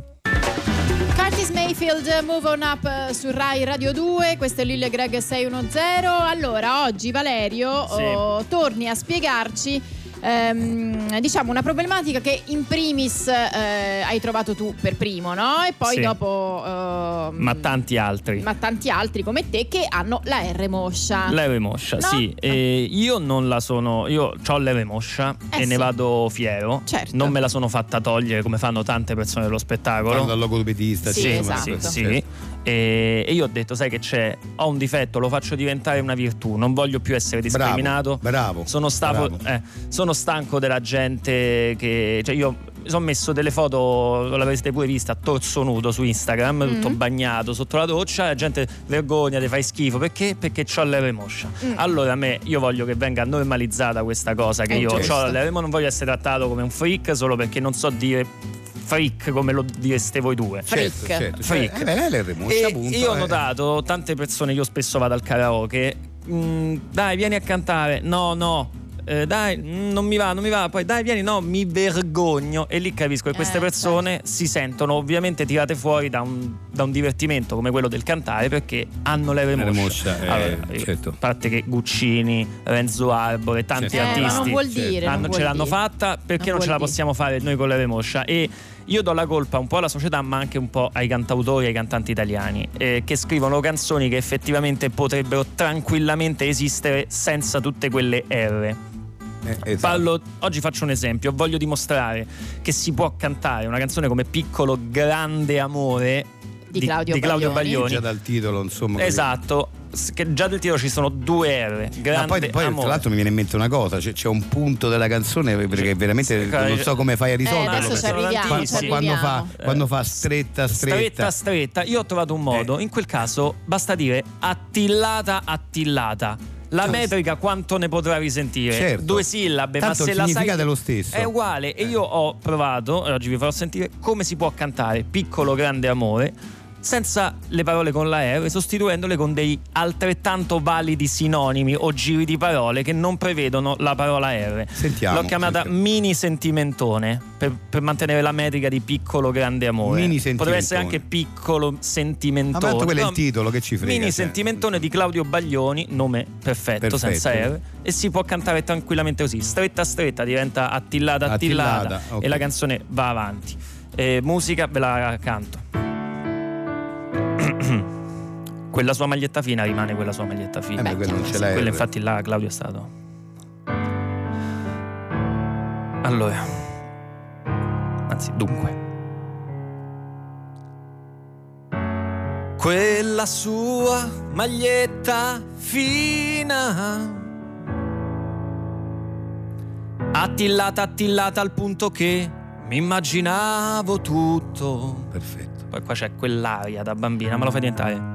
Curtis Mayfield, Move On Up eh, su Rai Radio due, questo è Lille Greg sei uno zero. Allora, oggi Valerio Sì. oh, torni a spiegarci ehm, diciamo una problematica che in primis eh, hai trovato tu per primo, no? E poi Sì. dopo ehm, Ma tanti altri. ma tanti altri come te che hanno la R moscia. L'R moscia, No? sì. E io non la sono. Io ho l'R moscia Eh e sì. ne vado fiero. Certo. Non me la sono fatta togliere come fanno tante persone dello spettacolo. Quando dal logopedista, Sì, sì, esatto. insomma, Sì, certo. E, e io ho detto, sai che c'è? Ho un difetto, lo faccio diventare una virtù. Non voglio più essere discriminato. Bravo, Sono, stavo- bravo. eh, sono stanco della gente che. Cioè, io mi sono messo delle foto, l'avreste pure vista, a torso nudo su Instagram, tutto Mm. bagnato sotto la doccia. La gente vergogna, ti fai schifo. Perché? Perché c'ho l'R moscia. Mm. Allora, a me, io voglio che venga normalizzata questa cosa. Che Eh, io giusto. ho l'R moscia, non voglio essere trattato come un freak solo perché non so dire freak come lo direste voi due. Freak. Certo, certo. Freak. Cioè, eh, beh, lei è il remoscia, E appunto, io ho eh. notato tante persone, io spesso vado al karaoke, mm, dai vieni a cantare, no no, eh, dai mm, non mi va, non mi va, poi dai vieni, no mi vergogno, e lì capisco che queste Eh, persone si sentono ovviamente tirate fuori da un, da un divertimento come quello del cantare perché hanno le La remoscia. remoscia, eh, io- certo. A parte che Guccini, Renzo Arbore, tanti Certo. Eh, ma artisti non vuol Certo. dire, hanno- non ce vuol l'hanno dire. fatta, perché non, vuol ce la dire. possiamo fare noi con la remoscia? E io do la colpa un po' alla società ma anche un po' ai cantautori, ai cantanti italiani eh, che scrivono canzoni che effettivamente potrebbero tranquillamente esistere senza tutte quelle R. Eh, esatto. Parlo- oggi faccio un esempio, voglio dimostrare che si può cantare una canzone come Piccolo Grande Amore Di Claudio Baglioni. Baglioni. Già dal titolo, insomma. Esatto, s- che già del titolo ci sono due R. Ma Grande poi, poi tra Amore. l'altro mi viene in mente una cosa, c'è, c'è un punto della canzone perché veramente Sì, non so come fai a risolverlo. adesso ci perché arriviamo, qua- ci qua- quando, fa, arriviamo. quando fa stretta, stretta, stretta stretta io ho trovato un modo, in quel caso basta dire attillata attillata. La Giusto. metrica quanto ne potrà risentire? Certo. Due sillabe, Tanto ma se il la sai significato è lo stesso. è uguale. E io ho provato, e oggi vi farò sentire come si può cantare Piccolo Grande Amore senza le parole con la R, sostituendole con dei altrettanto validi sinonimi o giri di parole che non prevedono la parola R. Sentiamo. L'ho chiamata sentiamo. mini sentimentone per, per mantenere la metrica di piccolo grande amore. Mini Potrebbe essere sentimentone. anche piccolo sentimentone. Ma tanto quello è No, il titolo, che ci frega. Mini cioè. sentimentone di Claudio Baglioni, nome perfetto, Perfetto. senza R, e si può cantare tranquillamente così, stretta stretta diventa attillata attillata, Attillata, ok. e la canzone va avanti. Eh, musica ve la canto. Quella sua maglietta fina rimane quella sua maglietta fina. Eh beh, quello non ce l'ha. Quella infatti là Claudio è stato. Allora, anzi dunque, quella sua maglietta fina, attillata attillata al punto che mi immaginavo tutto. Perfetto. Poi qua c'è quell'aria da bambina, me lo fai diventare.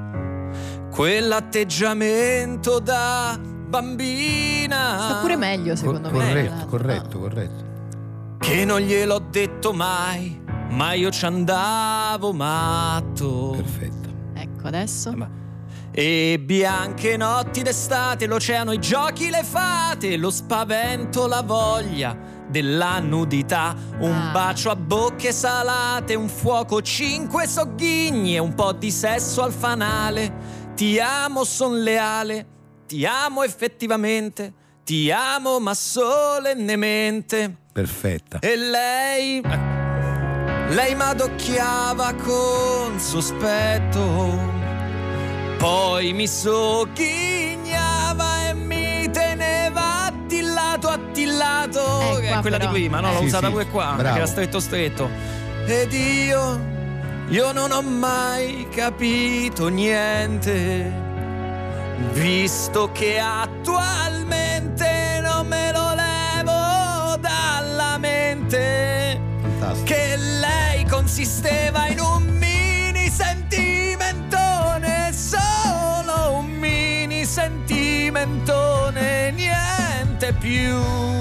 Quell'atteggiamento da bambina. Sta pure meglio secondo Co- me. corretto, corretto, corretto. Che non gliel'ho detto mai, ma io ci andavo matto. Perfetto. Ecco, adesso. Ma- E bianche notti d'estate, l'oceano, i giochi, le fate, lo spavento, la voglia della nudità, un Ah. bacio a bocche salate, un fuoco, cinque sogghigni e un po' di sesso al fanale. Ti amo, son leale, ti amo effettivamente, ti amo ma solennemente. Perfetta. E lei, lei m'adocchiava con sospetto, poi mi sogghignava e mi teneva attillato, attillato. Ecco, Che è quella però. di prima, no? L'ho Sì, usata sì, pure qua, bravo. perché era stretto stretto. Ed io, io non ho mai capito niente, visto che attualmente non me lo levo dalla mente, Fantastico. che lei consisteva in un mini sentimentone, solo un mini sentimentone, niente più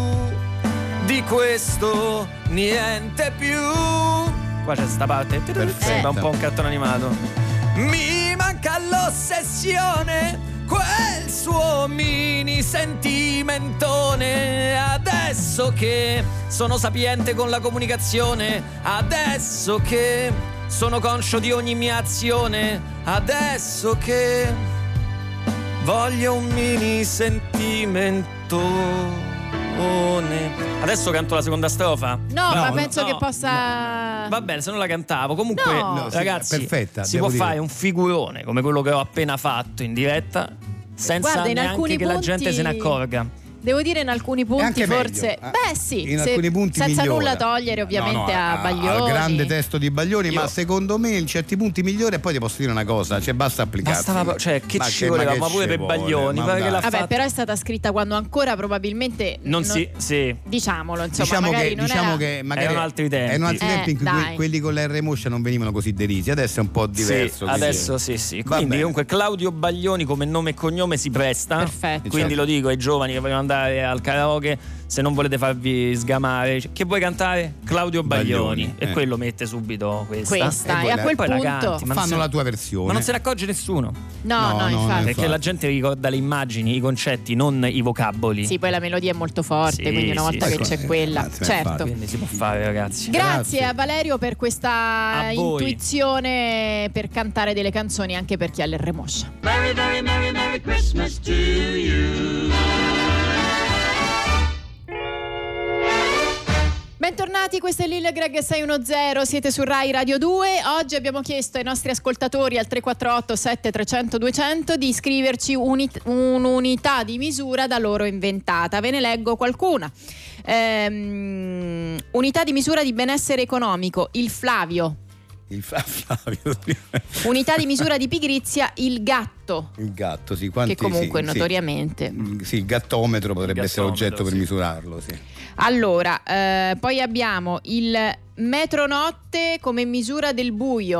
di questo, niente più. Qua c'è sta parte, Perfetta. sembra un po' un cartone animato. Mi manca l'ossessione, quel suo mini sentimentone. Adesso che sono sapiente con la comunicazione, adesso che sono conscio di ogni mia azione, adesso che voglio un mini sentimentone. Adesso canto la seconda strofa? No, No, ma no, penso no, che possa. Va bene, se non la cantavo. Comunque, No. No, sì, ragazzi, perfetta, si devo può dire. fare un figurone come quello che ho appena fatto in diretta senza Guarda, in neanche alcuni che la punti- gente se ne accorga. Devo dire in alcuni punti anche forse. meglio. Beh, sì, In se- alcuni punti senza migliora. nulla togliere ovviamente No, no, a Baglioni. Al grande testo di Baglioni, Io- ma secondo me in certi punti migliore. E poi ti posso dire una cosa, cioè basta applicarsi. Bastava, cioè, che Ma ci voleva, che ma pure ci per vuole? Baglioni, Ma pare che dai. l'ha Vabbè, fatto. però è stata scritta quando ancora probabilmente Non si, sì. diciamolo, insomma, Diciamo magari che, non diciamo era. che magari Erano altri tempi. erano altri Eh, tempi in cui dai. que- quelli con l'R moscia non venivano così derisi. Adesso è un po' diverso. Sì, quindi- adesso sì, sì. Va Quindi bene. comunque Claudio Baglioni come nome e cognome si presta. Perfetto. Quindi lo dico ai giovani che vogliono andare al karaoke, se non volete farvi sgamare, che vuoi cantare? Claudio Baglioni. Baglioni, E eh. quello mette subito questa. Questa, E e, voi a la- quel poi la punto. canti, ma non Fanno se- la tua versione. Ma non se ne accorge nessuno. No, No, no, no, infatti. Perché infatti. la gente ricorda le immagini, i concetti, non i vocaboli. Sì, poi la melodia è molto forte, Sì, quindi una sì, volta sì. che c'è Ecco, quella. grazie, certo. infatti. Quindi si può fare, ragazzi. Grazie, Grazie. a Valerio per questa A voi. intuizione per cantare delle canzoni anche per chi ha l'R moscia. Very, very, merry, merry Christmas to you. Bentornati, questo è Lil Greg sei uno zero, siete su Rai Radio due. Oggi abbiamo chiesto ai nostri ascoltatori al tre quattro otto sette tre zero zero due zero zero di scriverci unit- un'unità di misura da loro inventata. Ve ne leggo qualcuna. Ehm, unità di misura di benessere economico, il Flavio. Il Fa- Flavio. Unità di misura di pigrizia, il gatto. Il gatto, sì. Quanti, Che comunque sì, notoriamente. Sì. Sì, il gattometro potrebbe Il essere gattometro, oggetto per sì. misurarlo, sì. Allora, eh, poi abbiamo il metronotte come misura del buio.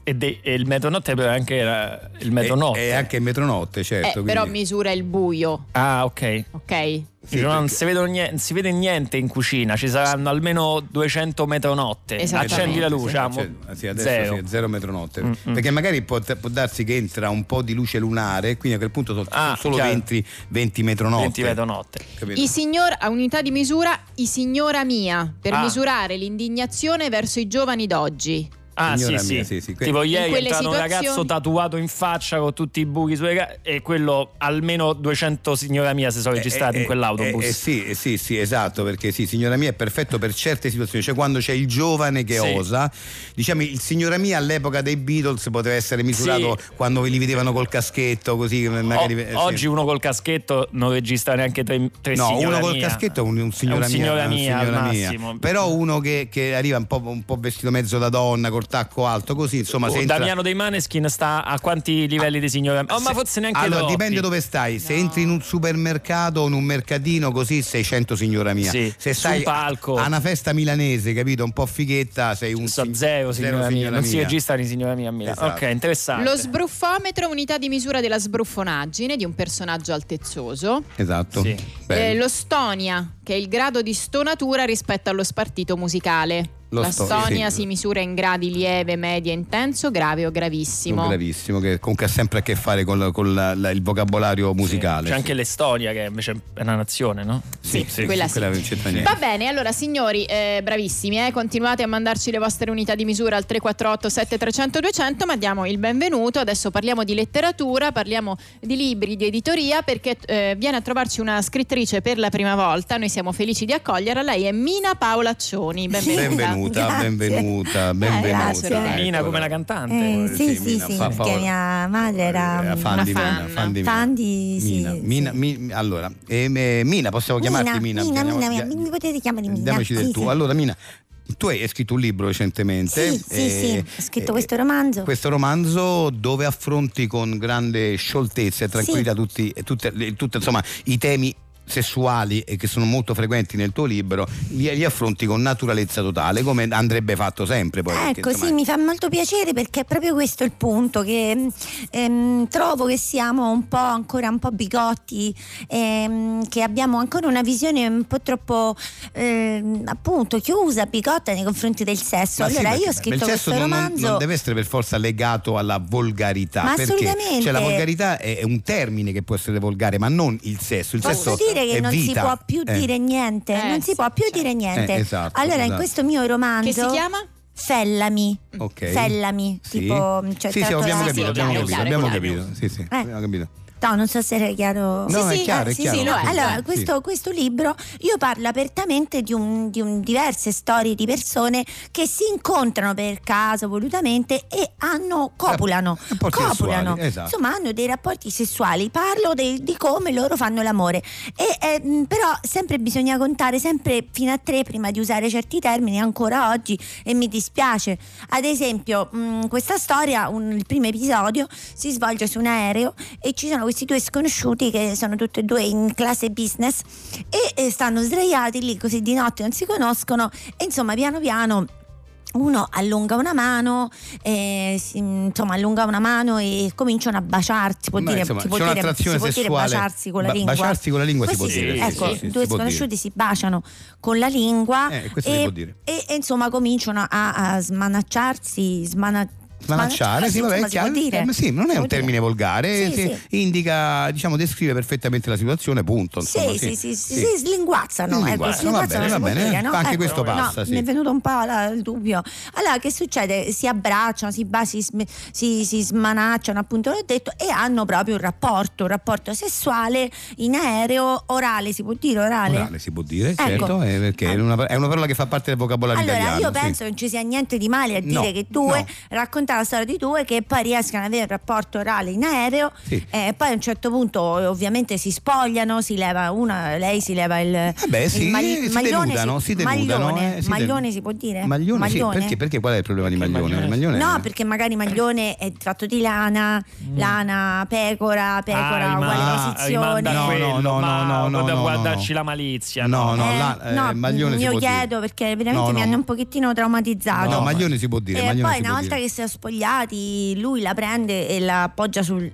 E, de, e il metronotte però anche era il metronotte. E, e anche il metronotte, certo. Eh, quindi... però misura il buio. Ah, ok. Ok. Sì, non, si vedono niente, non si vede niente in cucina, ci saranno almeno duecento metronotte. Accendi la luce, amo. Cioè, sì, adesso zero. Sì, zero metronotte. Mm-mm. Perché magari può, può darsi che entra un po' di luce lunare, quindi a quel punto sono Ah, solo chiaro. venti, venti metronotte. venti metronotte. Capito? I signor, a unità di misura, i signora mia, per Ah. misurare l'indignazione verso i giovani d'oggi. Ah, Signora sì, mia, sì, sì, sì. Tipo ieri è quelle entrato un situazioni- ragazzo tatuato in faccia con tutti i buchi sulle ga- e quello almeno duecento signora mia si sono registrati Eh, in quell'autobus. Eh, eh, sì, eh, sì, sì, esatto, perché sì, signora mia è perfetto per certe situazioni, cioè quando c'è il giovane che Sì. osa, diciamo il signora mia all'epoca dei Beatles poteva essere misurato Sì. quando li vedevano col caschetto, così magari. O- eh, sì. oggi uno col caschetto non registra neanche tre, tre No, signora uno col mia. caschetto è un, un signora È un mia, signora un mia al signora mia. massimo. Però uno che, che arriva un po', un po' vestito mezzo da donna, col tacco alto, così insomma. Oh, Se entra... Damiano dei Maneskin sta a quanti livelli di signora mia? Oh, ma Se- forse neanche allora troppi. dipende dove stai. Se entri in un supermercato o in un mercatino così seicento signora mia. Sì, Se sul stai palco. a una festa milanese, capito, un po' fighetta, sei un So sig- zero signora, mia, non si registra di signora mia a Milano. Esatto. Ok, interessante. Lo sbruffometro, unità di misura della sbruffonaggine di un personaggio altezzoso. Esatto. Sì. Bello. Eh, lo stonia, che è il grado di stonatura rispetto allo spartito musicale. Lo La sto- stonia sì. si misura in gradi lieve, media, intenso, grave o gravissimo. Gravissimo, che comunque ha sempre a che fare con, la- con la- la- il vocabolario musicale. C'è anche l'Estonia che invece è una nazione, no? Sì, quella sì. non c'entra niente. Va bene, allora signori, eh, bravissimi, eh, continuate a mandarci le vostre unità di misura al tre quattro otto sette tre zero zero due zero zero, ma diamo il benvenuto. Adesso parliamo di letteratura, parliamo di libri, di editoria, perché eh, viene a trovarci una scrittrice per la prima volta. Noi siamo felici di accoglierla. Lei è Mina Paolaccioni. Benvenuta. Benvenuta, Grazie. benvenuta, benvenuta. grazie. Mina Eccola. come la cantante. Eh, sì, sì, Mina, sì, fa- perché fa- mia madre era eh, fan una di Mina, fan. fan di Mina. fan di sì, Mina, sì. Mina, Mi- allora, ehm, eh, Mina, possiamo chiamarti Mina? Mina, Chiamiamo- Mina, chia- Mina, mi potete chiamare Mina. Diamoci del Sì, tu. sì. Allora, Mina, tu hai scritto un libro recentemente. Sì, sì, sì, eh, ho scritto eh, questo romanzo. Questo romanzo dove affronti con grande scioltezza e tranquillità Sì. tutti, e tutte, le- tutte, insomma, i temi sessuali e che sono molto frequenti nel tuo libro, li, li affronti con naturalezza totale, come andrebbe fatto sempre poi, perché, Ecco, insomma, sì, mi fa molto piacere perché è proprio questo il punto, che ehm, trovo che siamo un po' ancora un po' bigotti, ehm, che abbiamo ancora una visione un po' troppo ehm, appunto chiusa, bigotta nei confronti del sesso. ma sì, Allora perché- io ho ma scritto il sesso questo non, non- romanzo. non deve essere per forza legato alla volgarità, Ma perché assolutamente. cioè, la volgarità è, è un termine che può essere volgare, ma non il sesso. Il Posso sesso dire che è non vita. si può più Eh. dire niente, Eh, non si sì, può più certo. dire niente. Eh, esatto, allora in esatto. questo mio romanzo Che si chiama? Fellami. Ok. Fellami, Sì. tipo, cioè, sì, sì, tratto abbiamo da- capito, sì, abbiamo chiaro, capito, chiaro, abbiamo chiaro. capito. Sì, sì, abbiamo capito. No, non so se era chiaro. No, Sì, è sì, chiaro, eh, è sì, chiaro. sì, lo è. Allora, Sì. questo, questo libro io parlo apertamente di, un, di un, diverse storie di persone che si incontrano per caso, volutamente, e hanno copulano. Rapporti copulano. sessuali, esatto. Insomma, hanno dei rapporti sessuali. Parlo de- di come loro fanno l'amore. E, ehm, però sempre bisogna contare sempre fino a tre prima di usare certi termini, ancora oggi, e mi dispiace. Ad esempio, mh, questa storia, un- il primo episodio si svolge su un aereo e ci sono questi due sconosciuti che sono tutti e due in classe business e, e stanno sdraiati lì così di notte, non si conoscono, e insomma piano piano uno allunga una mano, eh, si- insomma allunga una mano e cominciano a baciarsi, si può Ma, dire, insomma, si può c'è dire, un'attrazione si può dire sessuale. baciarsi con la Ba- lingua. baciarsi con la lingua si Questi può sì, dire, sì, ecco, sì, sì, due si può sconosciuti si baciano con la lingua Eh, questo si e, può dire. e- e insomma cominciano a, a smanacciarsi, smana, Smanacciare, sì, vabbè, è insomma, si può chiaro. dire. Eh, ma sì, non Si è può un termine dire. volgare, Sì, si- sì. indica, diciamo, descrive perfettamente la situazione, punto. Insomma, Sì, sì, sì, sì, si slinguazzano, Si ecco, slinguazzano, slinguazzano, va si bene, può va bene, dire, no? anche Ecco, questo no, passa, sì. mi è venuto un po' la- il dubbio. Allora, che succede? Si abbracciano, si, ba- si, sm- si, si smanacciano, appunto l'ho detto, e hanno proprio un rapporto, un rapporto sessuale in aereo, orale, si può dire orale? Orale si può dire, Ecco. certo, eh, perché è una, è una parola che fa parte del vocabolario Allora, italiano. io sì. penso che non ci sia niente di male a dire No, che due no. raccontare la storia di due che poi riescano ad avere un rapporto orale in aereo, Sì. e poi a un certo punto ovviamente si spogliano, si leva una, lei si leva il, beh, sì, il magli- si maglione, denudano, si denudano, maglione, eh, si maglione den- si può dire? Maglione, sì, Maglione? perché, perché qual è il problema di Perché maglione? maglione? Il maglione No, è- perché magari maglione è fatto di lana, lana, pecora, pecora, Ah, uguale rimanda- posizione. rimanda No, quello, no, no, ma no, no, poteva no, guardarci no. la malizia. No, no, Eh, la- eh, no, maglione si io può dire. chiedo perché veramente No, mi no. hanno un pochettino traumatizzato. No, maglione si può dire, E maglione poi si una può volta dire. che si è spogliati, lui la prende e la appoggia sul,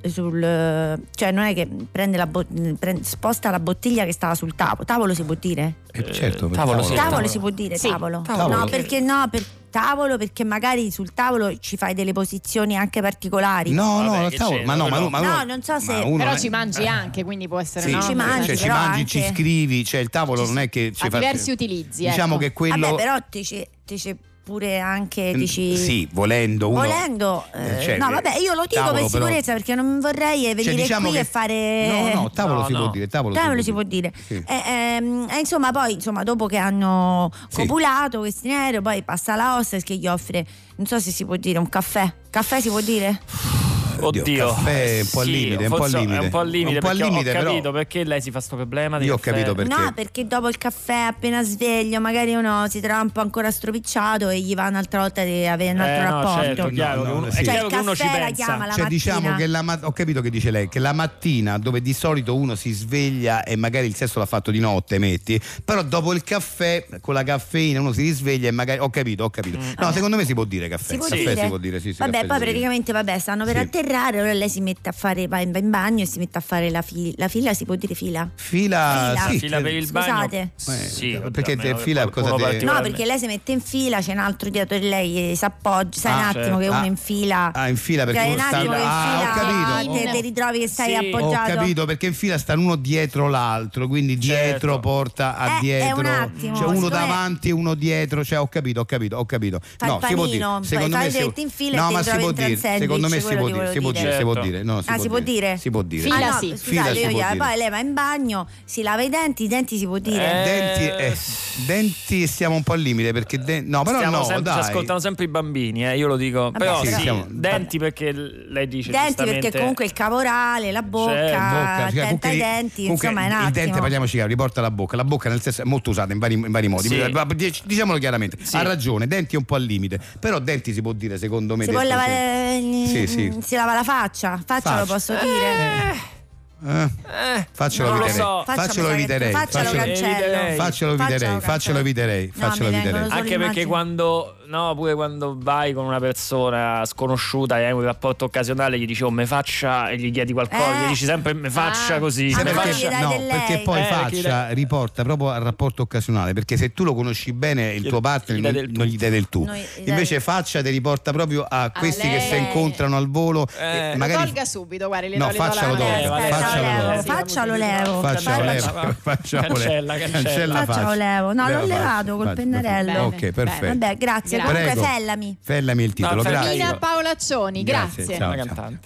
sul cioè non è che prende la bo- prende, sposta la bottiglia che stava sul tavolo. Tavolo si può dire? Eh, certo, Eh, per tavolo, sì. Tavolo tavolo. si può dire, Sì, tavolo. tavolo. No, perché no, per tavolo perché magari sul tavolo ci fai delle posizioni anche particolari. No, no, Vabbè, al che tavolo, ma no, ma, c'entra, ma no, uno- non so se- ma uno Però è- ci mangi anche, quindi può essere Sì, no? ci mangi, cioè, ci però mangi, anche- ci scrivi, cioè il tavolo non è che ci ha fa- diversi utilizzi, Diciamo ecco. che quello Vabbè, però ti ci, ti ci pure anche dici sì, volendo uno volendo eh, cioè, no vabbè io lo dico tavolo, per però- sicurezza perché non vorrei venire Cioè, diciamo qui che- e fare No, no, tavolo No, si no. può dire, tavolo, tavolo si può dire Sì. Eh, ehm, e insomma poi insomma dopo che hanno Sì. copulato questi nero poi passa la hostess che gli offre non so se si può dire un caffè caffè si può dire? Oddio, caffè è un po' al Sì, limite, è un po' al forse limite. È un po' al limite, Un po' al perché limite, ho però- capito perché lei si fa sto problema. dei Io ho caffè. capito perché. No, perché dopo il caffè appena sveglio magari uno si trova un po' ancora stropicciato e gli va un'altra volta di avere un altro Eh, no, rapporto. certo, chiaro, No, che no, uno, sì. è Cioè chiaro il che uno ci caffè la pensa. chiama la Cioè mattina. diciamo che la ma- ho capito che dice lei che la mattina dove di solito uno si sveglia e magari il sesso l'ha fatto di notte metti però dopo il caffè con la caffeina uno si risveglia e magari ho capito ho capito no Vabbè. secondo me si può dire caffè Si può caffè dire? si può dire sì, sì, vabbè caffè poi si può dire. praticamente vabbè stanno per Sì. atterrare allora lei si mette a fare va in, va in bagno e si mette a fare la, fi- la fila si può dire fila? fila Fila. sì, Fila cioè- per il Scusate. bagno. Eh, Sì, oddio, perché almeno te fila qualcuno cosa te- No, particolarmente- perché lei si mette in fila, c'è un altro dietro di lei e si appoggia, sai Ah, un attimo certo. che uno Ah. in fila. Ah, in fila perché Cioè, uno un sta attimo che in ah, fila ho capito te, te ritrovi che stai Sì. Ho appoggiato. capito perché in fila stanno uno dietro l'altro, quindi dietro Certo. porta a Eh, dietro, è un attimo, cioè uno siccome- davanti e uno dietro, cioè ho capito, ho capito, ho capito. Fai il si può dire. panino, Secondo fai me i si può- denti in fila e no, ti ma si ritrovi può dentro dire. il sandwich, Secondo me si quello può ti dire, si volevo può dire. dire, si può Certo. dire. No, si Ah, può si può dire? Si può dire. Fila Ah, no, sì. scusate, Fila si io può io- dire. poi lei va in bagno, si lava i denti, i denti si può dire. Eh, Denti, eh, denti stiamo un po' al limite perché de- no, però Stiamo no, sempre, ci dai. ascoltano sempre i bambini, eh, io lo dico. Vabbè, però sì, sì, siamo- denti perché lei dice Denti giustamente- perché comunque il cavorale, la bocca, Certo. Bocca, cioè, attenta comunque- ai denti, comunque insomma è un il attimo. dente parliamoci chiaro, riporta la bocca. La bocca nel senso è molto usata in vari, in vari modi. Sì. Ma dic- Diciamolo chiaramente. Sì. Ha ragione, denti è un po' al limite. Però denti si può dire secondo me. Si può detto lavare Sì, sì. si lava la faccia, faccia lo Faccia. posso dire. Eh, Eh, faccelo non lo eviterei. so. Faccia, Faccelo mi sa che- eviterei. faccia lo Faccelo- cancello. eviterei. Faccelo eviterei, Faccia lo faccelo cancello. eviterei, No, faccelo mi vengono eviterei. solo Anche perché immagini. quando no, pure quando vai con una persona sconosciuta e hai un rapporto occasionale, gli dici oh me faccia e gli chiedi qualcosa, Eh. gli dici sempre me faccia Ah. così. Sì, Ah, me ma perché, gli faccia- dai no, del lei. perché poi Eh, perché gli faccia dai- riporta proprio al rapporto occasionale, perché se tu lo conosci bene il Gli- tuo partner gli dai non, del non gli dai del tu. Noi- gli dai- Invece faccia ti riporta proprio a questi che lei. si incontrano al volo Eh. e Lo magari tolga subito, guardi, le No, do- le do la- faccelo dopo, Eh, vale, Aspetta, faccelo lo levo, dopo. faccialo levo. Faccialo Faccia- levo, va. faccialo Cancella, levo. cancella. la Faccialo faccia. levo. No, Leva l'ho faccia. levato col Faccia. pennarello. Ok, Bene. perfetto. Vabbè, grazie. Grazie. Comunque Prego. fellami. Fellami il titolo, No, grazie. fellami Nina io. Paolaccioni, Grazie, grazie. ciao. Una cantante.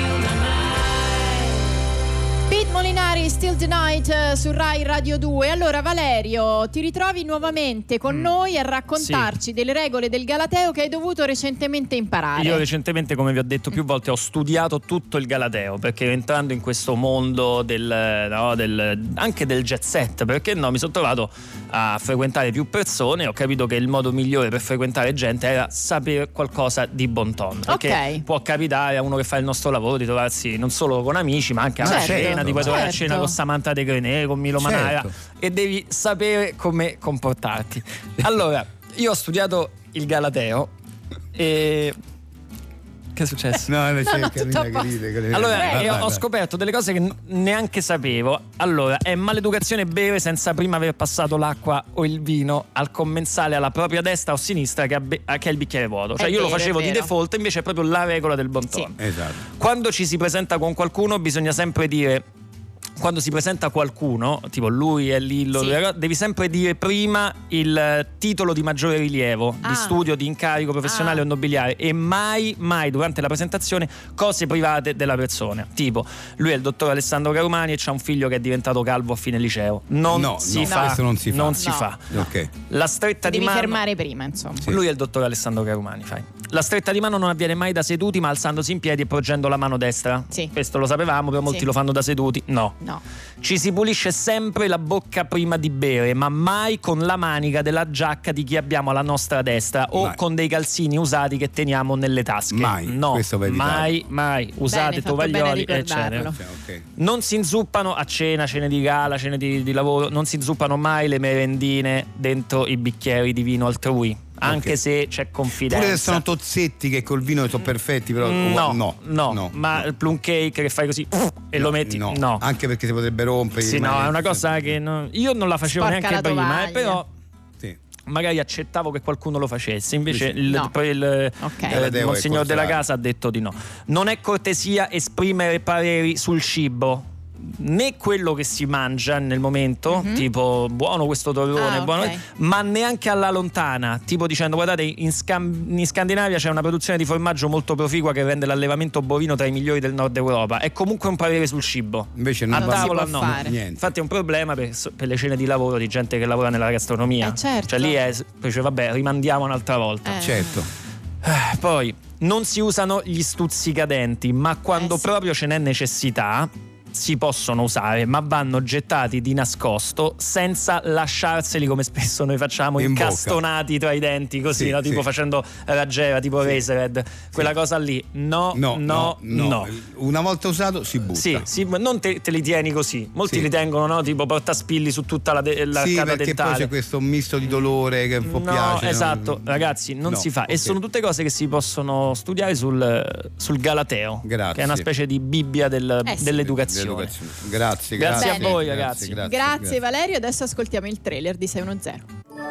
Pete Molinari, Still Tonight eh, su Rai Radio due. Allora Valerio, ti ritrovi nuovamente con noi a raccontarci delle regole del Galateo che hai dovuto recentemente imparare. Io recentemente, come vi ho detto più volte, ho studiato tutto il Galateo, perché entrando in questo mondo del, no, del anche del jet set, perché no, mi sono trovato a frequentare più persone e ho capito che il modo migliore per frequentare gente era sapere qualcosa di bon ton, perché Ok. può capitare a uno che fa il nostro lavoro di trovarsi non solo con amici ma anche a una Certo, cena, ti puoi trovare a certo. cena con Samantha De Grenet, con Milo Certo. Manara, e devi sapere come comportarti. Allora, io ho studiato il Galateo e... Che è successo? No, no, c'è no, Carina tutto a che ride, che ride. Allora, Vai, eh, vai, ho vai. scoperto delle cose che n- neanche sapevo. Allora, è maleducazione bere senza prima aver passato l'acqua o il vino al commensale alla propria destra o sinistra che ha, be- che ha il bicchiere vuoto. Cioè, È io lo vero, facevo è di vero. default, invece è proprio la regola del bon ton. Esatto. Quando ci si presenta con qualcuno, bisogna sempre dire. Quando si presenta qualcuno, tipo lui e Lillo, Sì. devi sempre dire prima il titolo di maggiore rilievo, Ah. di studio, di incarico professionale Ah. o nobiliare, e mai, mai durante la presentazione cose private della persona. Tipo, lui è il dottor Alessandro Carumani e c'ha un figlio che è diventato calvo a fine liceo. Non No, si no, fa. questo non si fa. No. fa. Ok. La stretta Ti di devi mano. fermare prima, insomma. Sì. Lui è il dottor Alessandro Carumani, fai. La stretta di mano non avviene mai da seduti, ma alzandosi in piedi e porgendo la mano destra. Sì. Questo lo sapevamo, però molti Sì. lo fanno da seduti. No. No. Ci si pulisce sempre la bocca prima di bere, ma mai con la manica della giacca di chi abbiamo alla nostra destra o Mai. con dei calzini usati che teniamo nelle tasche. Mai. No, Questo va evitato. mai, mai. Usate fatto bene a tovaglioli, ricordarlo. eccetera. Cioè, ok. Non si inzuppano a cena, cene di gala, cene di, di lavoro, non si inzuppano mai le merendine dentro i bicchieri di vino altrui. anche Ok. se c'è confidenza. Pure se sono tozzetti che col vino sono perfetti, però No, no, no, no, ma no. il plum cake che fai così e No, lo metti, no. no. Anche perché si potrebbe rompere. Sì, no, rimane- è una cosa che non- io non la facevo Sporca neanche la prima, tovaglia. eh, però Sì. magari accettavo che qualcuno lo facesse, invece Sì, il, no. poi il Ok. eh, Galateo il è Monsignor della contrario. Casa ha detto di no. Non è cortesia esprimere pareri sul cibo, né quello che si mangia nel momento, Mhm. tipo buono questo torrone, Ah, ok. buono, ma neanche alla lontana, tipo dicendo guardate in, Scam- in Scandinavia c'è una produzione di formaggio molto proficua che rende l'allevamento bovino tra i migliori del nord Europa. È comunque un parere sul cibo. Invece A non Non va- si tavola può no. fare. Niente. Infatti è un problema per, per le cene di lavoro di gente che lavora nella gastronomia. Eh, certo. Cioè lì è, poi dice vabbè, rimandiamo un'altra volta. Eh. Certo. Eh, Poi non si usano gli stuzzicadenti, ma quando Eh, sì. proprio ce n'è necessità si possono usare, ma vanno gettati di nascosto senza lasciarseli come spesso noi facciamo In bocca. incastonati tra i denti così, Sì, no? Tipo sì. facendo raggiera, tipo Razorhead, quella cosa lì. No, No, no, no. Una volta usato si butta. Sì, sì, ma non te, te li tieni così. Molti Sì. li tengono, no? Tipo portaspilli su tutta la de- l'arcata Sì, perché dentale. poi c'è questo misto di dolore che un po' No, piace. esatto, no? ragazzi, non No, si fa. E ok. sono tutte cose che si possono studiare sul, sul Galateo, Grazie. che è una specie di Bibbia del- Eh sì. dell'educazione. Dell'educazione. Grazie, Grazie a voi, ragazzi. Grazie Valerio, adesso ascoltiamo il trailer di sei uno zero.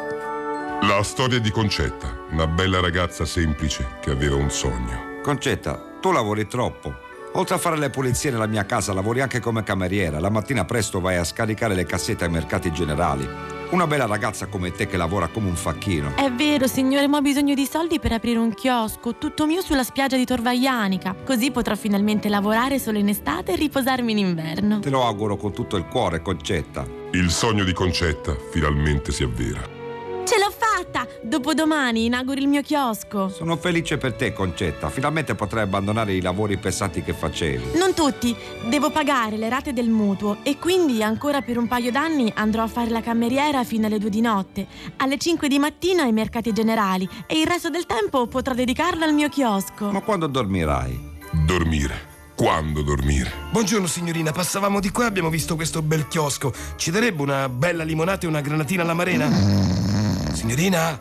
La storia di Concetta, una bella ragazza semplice che aveva un sogno. Concetta, tu lavori troppo. Oltre a fare le pulizie nella mia casa, lavori anche come cameriera. La mattina presto vai a scaricare le cassette ai mercati generali. Una bella ragazza come te che lavora come un facchino. È vero, signore, ma ho bisogno di soldi per aprire un chiosco, tutto mio sulla spiaggia di Tor Vaianica. Così potrò finalmente lavorare solo in estate e riposarmi in inverno. Te lo auguro con tutto il cuore, Concetta. Il sogno di Concetta finalmente si avvera. Ce l'ho fatta! Dopodomani inauguro il mio chiosco. Sono felice per te, Concetta. Finalmente potrai abbandonare i lavori pesanti che facevi. Non tutti, devo pagare le rate del mutuo e quindi ancora per un paio d'anni andrò a fare la cameriera fino alle due di notte, alle cinque di mattina ai mercati generali e il resto del tempo potrò dedicarlo al mio chiosco. Ma quando dormirai? Dormire. Quando dormire? Buongiorno signorina, passavamo di qua e abbiamo visto questo bel chiosco. Ci darebbe una bella limonata e una granatina all'amarena? Signorina?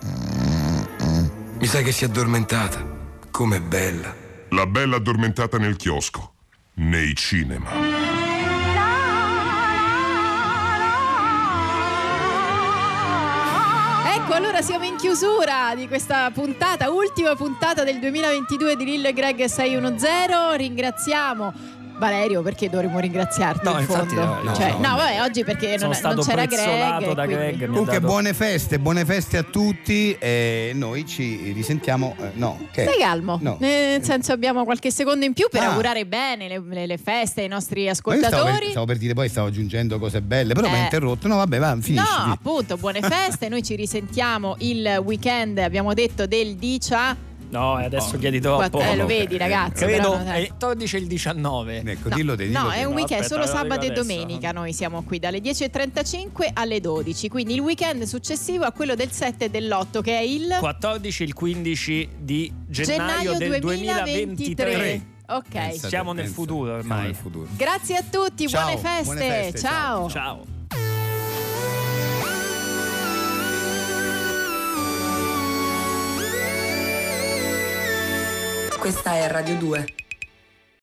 Mi sa che si è addormentata. Com'è bella. La bella addormentata nel chiosco. Nei cinema. Ecco, allora siamo in chiusura di questa puntata, ultima puntata del duemilaventidue di Lil Greg sei uno zero. Ringraziamo Valerio, perché dovremmo ringraziarti No, in infatti fondo. no, no, cioè, no, no, vabbè. vabbè, oggi perché Sono non, stato non c'era prezzolato Greg. da quindi- Greg, mi ha Comunque dato- buone feste, buone feste a tutti e noi ci risentiamo. eh, no, che? Stai calmo, No. nel senso abbiamo qualche secondo in più per Ah. augurare bene le, le- le feste ai nostri Ma io stavo ascoltatori. per, stavo per dire, poi stavo aggiungendo cose belle, però mi Eh. ha interrotto. No, vabbè, va, finisci. No, finisci. appunto, buone feste. Noi ci risentiamo il weekend, abbiamo detto del diciannove. No, e adesso chiedi troppo. Eh, lo vedi, ragazzi. Credo però non- è il quattordici e il diciannove. Ecco, No, dillo te, dillo no, te. è un weekend, aspetta, solo lo dico sabato e adesso. domenica. Noi siamo qui dalle dieci e trentacinque alle dodici. Quindi il weekend successivo a quello del sette e dell'otto, che è il quattordici e il quindici di gennaio, gennaio del duemilaventitré. duemilaventitré. Ok. Pensa te, Siamo nel pensa, futuro siamo ormai. nel futuro. Grazie a tutti, Ciao, buone feste. buone feste, Ciao. Ciao. Questa è Radio due.